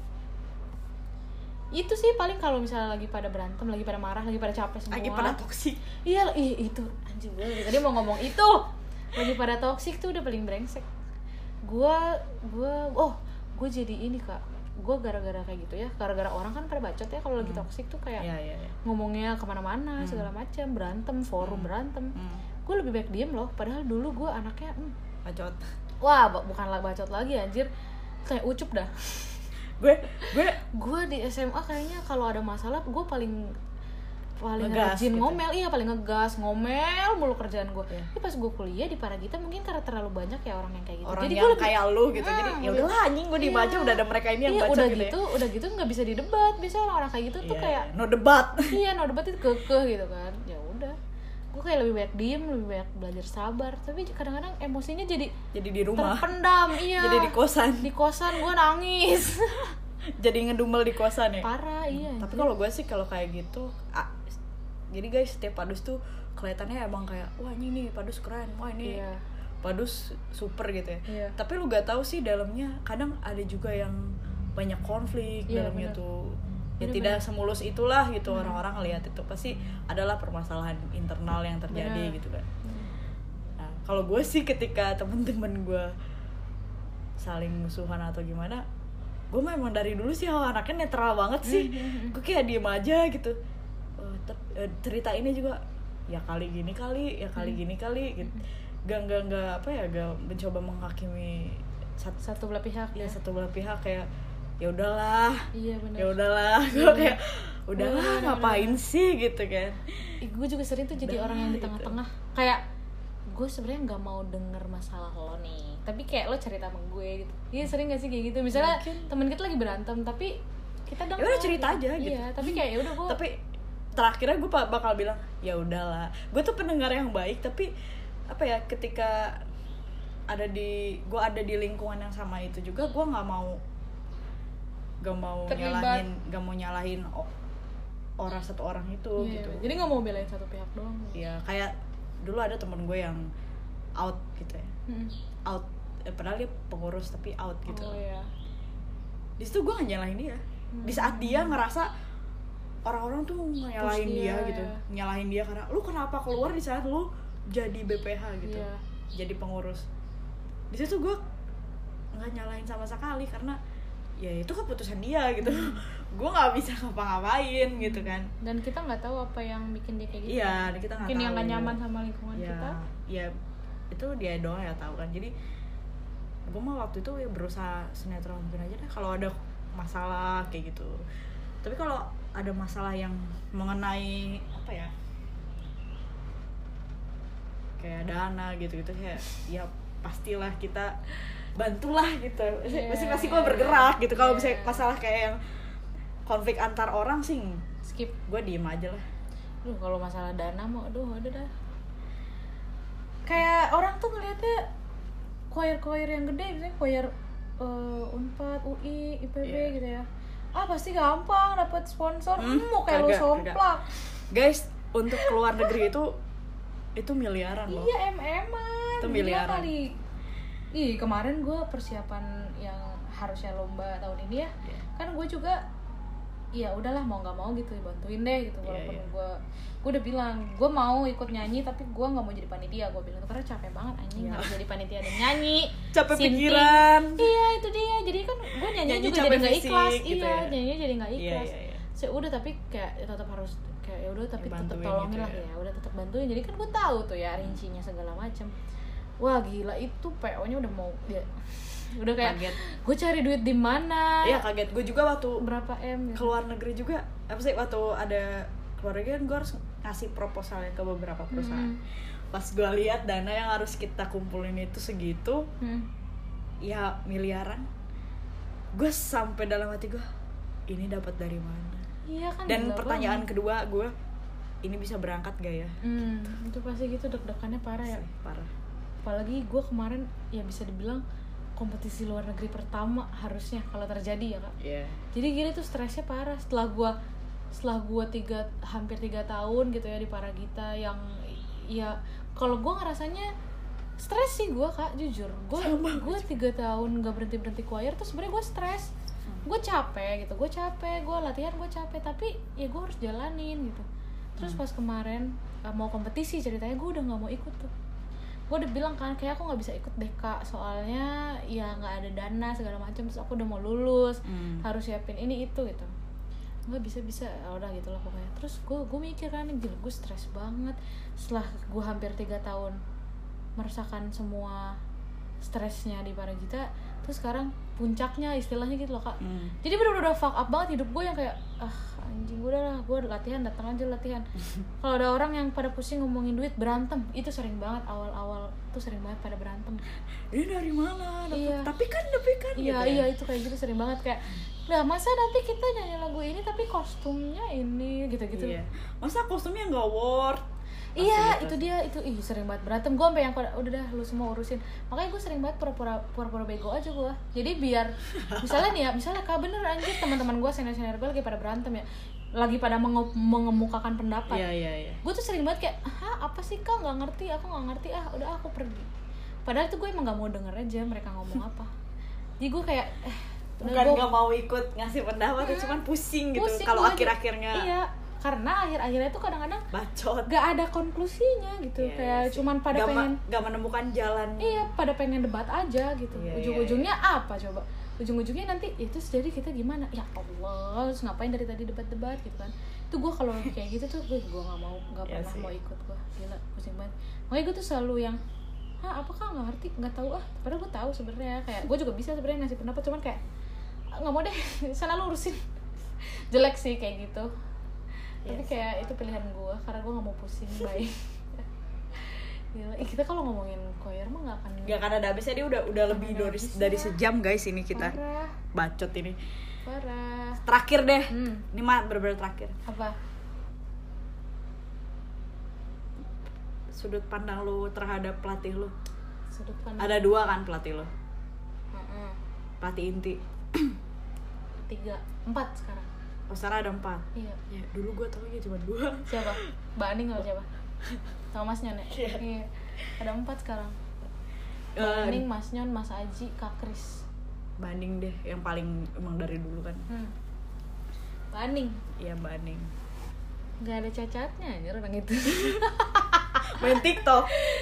itu sih paling kalau misalnya lagi pada berantem, lagi pada marah, lagi pada capek semua, lagi pada toksik. Iya itu anjing gue tadi mau ngomong itu. Lagi pada toksik tuh udah paling brengsek. Gue jadi ini Kak, gue gara-gara kayak gitu ya, gara-gara orang kan pada bacot ya kalau lagi toksik tuh kayak ngomongnya kemana-mana segala macam, berantem, forum berantem. Gue lebih baik diem loh, padahal dulu gue anaknya bacot. Wah bukanlah bacot lagi anjir, kayak Ucup dah. gue di SMA kayaknya kalau ada masalah gue paling paling Ngegas rajin gitu. ngomel, iya paling ngegas, ngomel mulu kerjaan gue. Iya. Tapi pas gue kuliah di Paragita mungkin karena terlalu banyak ya orang yang kayak gitu. Orang Jadi yang gue lebih, kayak lu gitu. Jadi ya udahlah anjing gue diem aja, udah ada mereka ini yang iya, baca udah gitu. gitu, udah gitu nggak bisa didebat. Biasanya orang-orang kayak gitu tuh Iya, kayak no debat. iya, no debat itu kekeh gitu kan. Ya udah. Gue kayak lebih banyak diem, lebih banyak belajar sabar. Tapi kadang-kadang emosinya jadi Jadi di rumah. terpendam, iya. Jadi di kosan. Di kosan gue nangis. Jadi ngedumel di kosan ya. Parah, iya. Tapi kalau gue sih kalau kayak gitu, jadi guys setiap padus tuh kelihatannya emang kayak wah ini padus keren, wah ini iya. padus super gitu ya. Iya. Tapi lu gak tahu sih dalamnya kadang ada juga yang banyak konflik Iya, dalamnya bener. tuh. Ya Bener, tidak semulus itulah gitu, orang-orang ngelihat itu pasti adalah permasalahan internal yang terjadi Bener. gitu kan. Nah, kalau gue sih ketika temen-temen gue saling musuhan atau gimana, gue memang dari dulu sih anaknya netral banget sih. Gue kayak diem aja gitu. Cerita ini juga ya kali gini kali, ya kali gini kali gitu. Gak apa ya, gak mencoba menghakimi Satu belah pihak ya satu belah pihak, kayak ya udahlah. Iya benar. Ya udahlah, gue kayak udahlah Bener, ngapain sih gitu kan. Gue juga sering tuh jadi Udah, orang yang di gitu. tengah-tengah. Kayak gue sebenarnya nggak mau denger masalah lo nih, tapi kayak lo cerita sama gue gitu. Iya sering gak sih kayak gitu? Misalnya Mungkin. temen kita lagi berantem, tapi kita denger. Ya udah cerita aja gitu. Iya, tapi kayak ya udah gue. Tapi terakhirnya gue bakal bilang ya udahlah. Gue tuh pendengar yang baik, tapi apa ya, ketika gue ada di lingkungan yang sama itu juga, gue nggak mau Terlibat. nyalahin orang satu orang itu Iya, gitu. jadi nggak mau belain satu pihak doang. Ya kayak dulu ada temen gue yang out gitu ya, out padahal dia pengurus tapi out gitu. Oh iya. Di situ gue nggak nyalahin dia. Di saat dia ngerasa orang-orang tuh nyalahin Terus dia dia, gitu, ya. nyalahin dia karena lu kenapa keluar di saat lu jadi BPH gitu, Iya. jadi pengurus. Di situ gue nggak nyalahin sama sekali karena ya itu keputusan dia gitu. Gue nggak bisa ngapa-ngapain gitu kan. Dan kita nggak tahu apa yang bikin dia kayak gitu. Iya, kita nggak Mungkin tahu. yang nggak nyaman sama lingkungan Ya, kita. ya itu dia doang ya tahu kan. Jadi gue mah waktu itu ya berusaha sinetron mungkin aja deh kalau ada masalah kayak gitu. Tapi kalau ada masalah yang mengenai apa ya, kayak dana gitu-gitu, kayak ya pastilah kita bantulah gitu. Pasti gue bergerak gitu. Kalau misalnya masalah kayak yang konflik antar orang sih Skip. gue diem aja lah. Kalau masalah dana mau, udah dah. Kayak orang tuh ngeliatnya choir yang gede, misalnya choir Unpad, UI, IPB gitu ya. Pasti gampang dapat sponsor. Mau kayak lo somplak. Guys, untuk keluar negeri itu miliaran loh. Iya, MM-an. Itu Gila miliaran. kali. Ih, kemarin gue persiapan yang harusnya lomba tahun ini ya. Yeah. Kan gue juga ya udahlah mau nggak mau gitu bantuin deh gitu, walaupun gue udah bilang gue mau ikut nyanyi tapi gue nggak mau jadi panitia. Gue bilang tuh karena capek banget anjing harus jadi panitia dan nyanyi, capek sinting. pikiran. Iya itu dia, jadi kan gue nyanyi juga capek jadi nggak fisik, ikhlas gitu iya ya. nyanyinya jadi nggak ikhlas. Iya. So, udah tapi kayak tetap harus kayak ya udah tapi tetap Dibantuin tolongin gitu lah ya. ya udah tetap bantuin. Jadi kan gue tahu tuh ya rincinya segala macam. Wah gila itu PO-nya udah mau ya, udah kayak Kaget. gue cari duit di mana. Iya kaget. Gue juga waktu Berapa M gitu. keluar negeri juga, apa sih, waktu ada keluar negeri kan gue harus ngasih proposalnya ke beberapa perusahaan. Pas gue lihat dana yang harus kita kumpulin itu segitu, ya miliaran. Gue sampai dalam hati gue, ini dapat dari mana? Iya kan. Dan gila pertanyaan banget. kedua gue, ini bisa berangkat gak ya? Itu pasti gitu deg-degannya parah ya. Parah. Apalagi gue kemarin ya bisa dibilang kompetisi luar negeri pertama harusnya kalau terjadi ya kak. Iya. Jadi gila tuh stresnya parah setelah gue hampir 3 tahun gitu ya di Paragita yang ya kalau gue ngerasanya stres sih gue kak, jujur gue 3 tahun gak berhenti choir tuh sebenarnya gue stres, gue capek gitu, gue latihan gue capek tapi ya gue harus jalanin gitu. Terus pas kemarin mau kompetisi ceritanya gue udah nggak mau ikut tuh. Gue udah bilang kan kayak aku nggak bisa ikut deh kak, soalnya ya nggak ada dana segala macam, terus aku udah mau lulus harus siapin ini itu gitu, nggak bisa udah gitu lah pokoknya. Terus gue mikir kan gila gue stres banget setelah gue hampir 3 tahun merasakan semua stresnya di Paragita, terus sekarang puncaknya istilahnya gitu loh Kak. Jadi bener-bener udah fuck up banget hidup gue yang kayak anjing udah lah, gue latihan datang aja latihan. Kalau ada orang yang pada pusing ngomongin duit, berantem, itu sering banget awal-awal tuh sering banget pada berantem. Ini dari mana? Iya. Tapi kan Iya gitu iya itu kayak gitu sering banget kayak, nah masa nanti kita nyanyi lagu ini tapi kostumnya ini gitu-gitu. Iya. Masa kostumnya nggak worth? Iya, itu dia, itu sering banget berantem. Gue sampai yang udah dah lu semua urusin. Makanya gue sering banget pura-pura bego aja gue. Jadi biar misalnya nih ya, misalnya Kak bener anjir teman-teman gue senior gue lagi pada berantem ya, lagi pada mengemukakan pendapat. Iya. Gue tuh sering banget kayak, apa sih Kak, nggak ngerti, aku nggak ngerti, udah aku pergi. Padahal tuh gue emang nggak mau denger aja mereka ngomong apa. Jadi gue kayak bukan nggak mau ikut ngasih pendapat, cuman pusing gitu kalau akhir-akhirnya. Iya, karena akhir-akhirnya tuh kadang-kadang bacot, gak ada konklusinya gitu. Kayak cuman pada gak menemukan jalan. Iya, pada pengen debat aja gitu. Ujung-ujungnya apa coba? Ujung-ujungnya nanti itu jadi kita gimana? Ya Allah, terus ngapain dari tadi debat-debat gitu kan? Itu gue kalau kayak gitu tuh gue nggak pernah mau ikut gue. Gila, pusing banget. Makanya gue tuh selalu yang apakah nggak ngerti, nggak tahu padahal gue tahu sebenarnya, kayak gue juga bisa sebenarnya ngasih pendapat, cuman kayak nggak mau deh, sana lu urusin. Jelek sih kayak gitu. Tapi kayak itu pilihan gue karena gue nggak mau pusing. Baik. Kita kalau ngomongin choir mah nggak akan ada habisnya. Dia udah lebih dari sejam guys ini kita. Parah. Bacot ini. Parah. Terakhir deh. Ini mah bener-bener terakhir. Apa? Sudut pandang lu terhadap pelatih lu. Sudut pandang. Ada 2 kan pelatih lu. Pelatih inti. 3, 4 sekarang. Oh, sekarang ada 4. Iya. Ya, dulu gue taunya cuma 2. Siapa? Mbak Aning atau siapa? Sama Mas Nyon ya? Iya. Ada 4 sekarang. Mbak Aning, Mas Nyon, Mas Aji, Kak Kris. Mbak Aning deh, yang paling emang dari dulu kan. Mbak Aning? Iya, Mbak Aning. Gak ada cacatnya anjir orang itu. Main TikTok.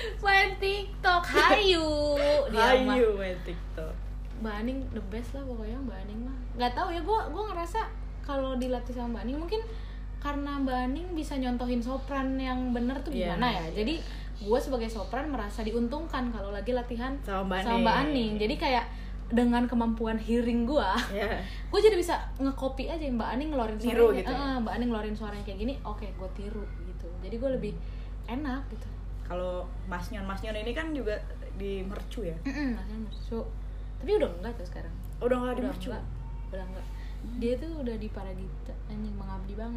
Hayu. Hayu main TikTok. Mbak Aning the best lah pokoknya. Mbak Aning mah nggak tahu ya, gue ngerasa kalau dilatih sama Mbak Aning mungkin karena Mbak Aning bisa nyontohin sopran yang bener tuh gimana ya. Jadi gue sebagai sopran merasa diuntungkan kalau lagi latihan sama Mbak Aning. Jadi kayak dengan kemampuan hearing gue, gue jadi bisa nge-copy aja Mbak Aning ngeluarin suaranya gitu ya? Mbak Aning ngeluarin suaranya kayak gini, oke gue tiru gitu. Jadi gue lebih enak gitu. Kalau Mas Nyon ini kan juga di Mercu ya? Mas Nyon Mercu. Tapi udah enggak tuh sekarang. Udah enggak di Mercu? Udah enggak. Dia tuh udah di Paragita, anjing mengabdi banget.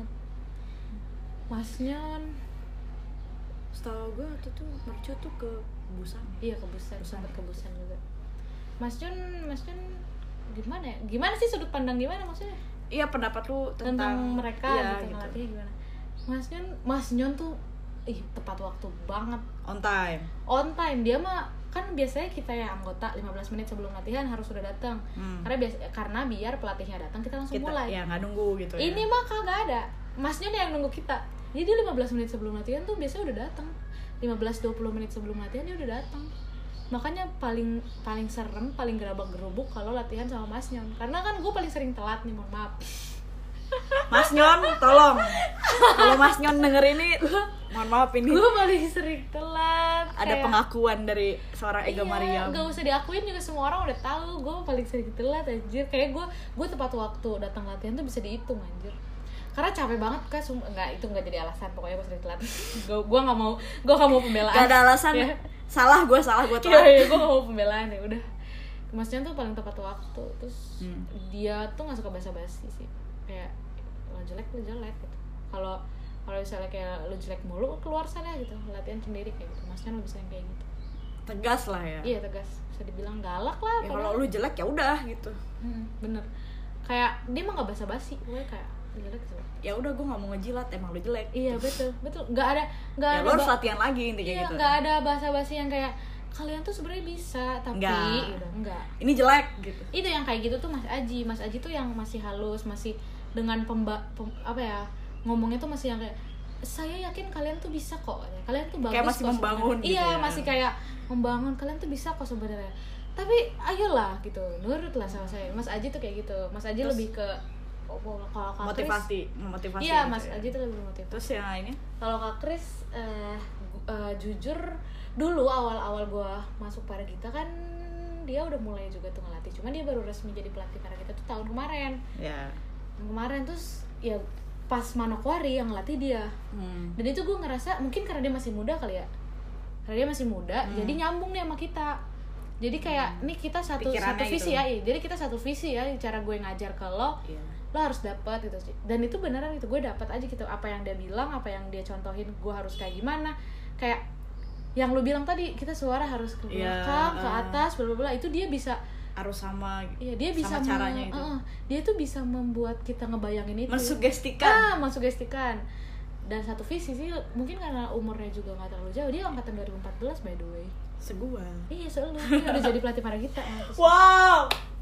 Mas Nyon, setahu gue waktu tuh Mercu tuh ke Busan. Iya ke Busan, sempat ke Busan juga. Mas Nyon gimana ya? Gimana sih sudut pandang gimana maksudnya? Iya, pendapat lu tentang mereka gitu. Ngelatihnya gimana? Mas Nyon tuh tepat waktu banget. On time. Dia mah kan biasanya kita ya anggota 15 menit sebelum latihan harus sudah datang. Karena biar pelatihnya datang kita langsung mulai. Ya nggak nunggu gitu ya. Ini mah kagak ada. Masnya nih yang nunggu kita. Jadi 15 menit sebelum latihan tuh biasanya udah datang. 15-20 menit sebelum latihan dia udah datang. Makanya paling serem, paling gerabak-gerubuk kalau latihan sama Mas Nyon. Karena kan gue paling sering telat nih, mohon maaf. Mas Nyon, tolong. Kalau Mas Nyon denger ini, mohon maaf ini. Gue paling sering telat. Ada pengakuan dari seorang Ega Mariam. Gak usah diakuin juga, semua orang udah tahu gue paling sering telat anjir. Kayak gue tepat waktu datang latihan tuh bisa dihitung anjir. Karena capek banget kan, itu nggak jadi alasan, pokoknya gue sering telat. gue nggak mau pembelaan. Gak ada alasan. Ya. Salah gue telat. Iya, gue nggak mau pembelaan ya udah. Mas Nyon tuh paling tepat waktu. Terus dia tuh nggak suka basa-basi sih. Kayak lo jelek gitu. Kalau misalnya kayak lo jelek mulu keluar sana gitu, latihan sendiri kayak gitu. Mas Nyon lebih sering kayak gitu. Tegas lah ya. Iya tegas, bisa dibilang galak lah. Ya, kalau lo jelek ya udah gitu. Bener. Kayak dia mah nggak basa-basi, gue kayak jelek gitu. Ya udah gue nggak mau ngejilat, emang lo jelek. Iya betul. Nggak ada. Ya lo harus latihan lagi intinya iya, gitu. Nggak ada basa-basi yang kayak kalian tuh sebenarnya bisa tapi enggak. Ini jelek gitu. Itu yang kayak gitu tuh Mas Aji tuh yang masih halus, masih dengan ngomongnya tuh masih yang kayak saya yakin kalian tuh bisa kok, kalian tuh bagus, kayak masih kok membangun gitu. Iya, masih kayak membangun, kalian tuh bisa kok sebenarnya, tapi ayolah gitu, nurutlah sama saya. Mas Aji tuh kayak gitu. Mas Aji lebih ke kalau Kak motivasi iya, gitu Mas ya. Aji tuh lebih motivasi. Terus yang lainnya kalau Kak Kris jujur dulu awal-awal gue masuk Paragita kan dia udah mulai juga tuh ngelatih, cuma dia baru resmi jadi pelatih Paragita tuh tahun kemarin. Kemarin terus ya pas Manokwari yang ngelatih dia. Dan itu gue ngerasa mungkin karena dia masih muda kali ya, karena dia masih muda jadi nyambung nih sama kita. Jadi kayak nih kita satu visi gitu. Ya jadi kita satu visi ya, cara gue ngajar ke lo lo harus dapat gitu sih. Dan itu beneran itu gue dapat aja gitu, apa yang dia bilang, apa yang dia contohin gue harus kayak gimana. Kayak yang lu bilang tadi, kita suara harus ke belakang, ke atas, bla bla bla, itu dia bisa harus sama. Iya, dia bisa sama caranya itu. Dia tuh bisa membuat kita ngebayangin itu. Mensugestikan. Dan satu visi sih, mungkin karena umurnya juga nggak terlalu jauh. Dia angkatan 2014 by the way. Segua. Iya, selalu. Dia udah jadi pelatih Paragita. Wow.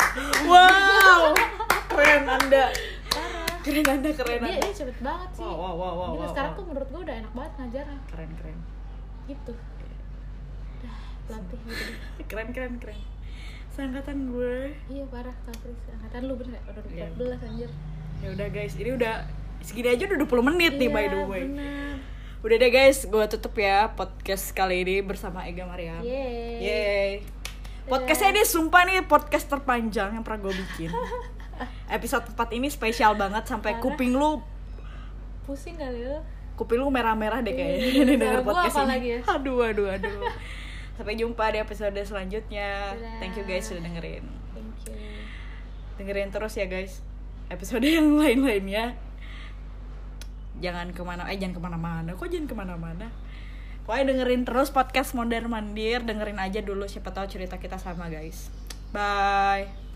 Keren Anda. Dia cepet banget sih. Wow. Sekarang tuh menurut gue udah enak banget ngajarnya. Keren. Gitu. Pelatih gitu. Keren. Seangkatan gue. Iya parah, Kak. Angkatan lu bener ya? Udah 14 anjir. Ya udah guys, ini udah segini aja udah 20 menit nih by the way. Bener. Udah deh guys, gue tutup ya podcast kali ini bersama Ega Mariam. Yeay. Podcastnya ini sumpah nih podcast terpanjang yang pernah gue bikin. Episode 4 ini spesial banget sampai kuping lu pusing kali lu. Kuping lu merah-merah deh kayaknya denger podcast ini. Lagi ya? Aduh. Sampai jumpa di episode selanjutnya. Thank you guys sudah dengerin. Thank you. Dengerin terus ya guys episode yang lain-lainnya. Jangan kemana-mana. Kok jangan kemana-mana? Pokoknya dengerin terus podcast Mondar Mandir. Dengerin aja dulu, siapa tahu cerita kita sama guys. Bye.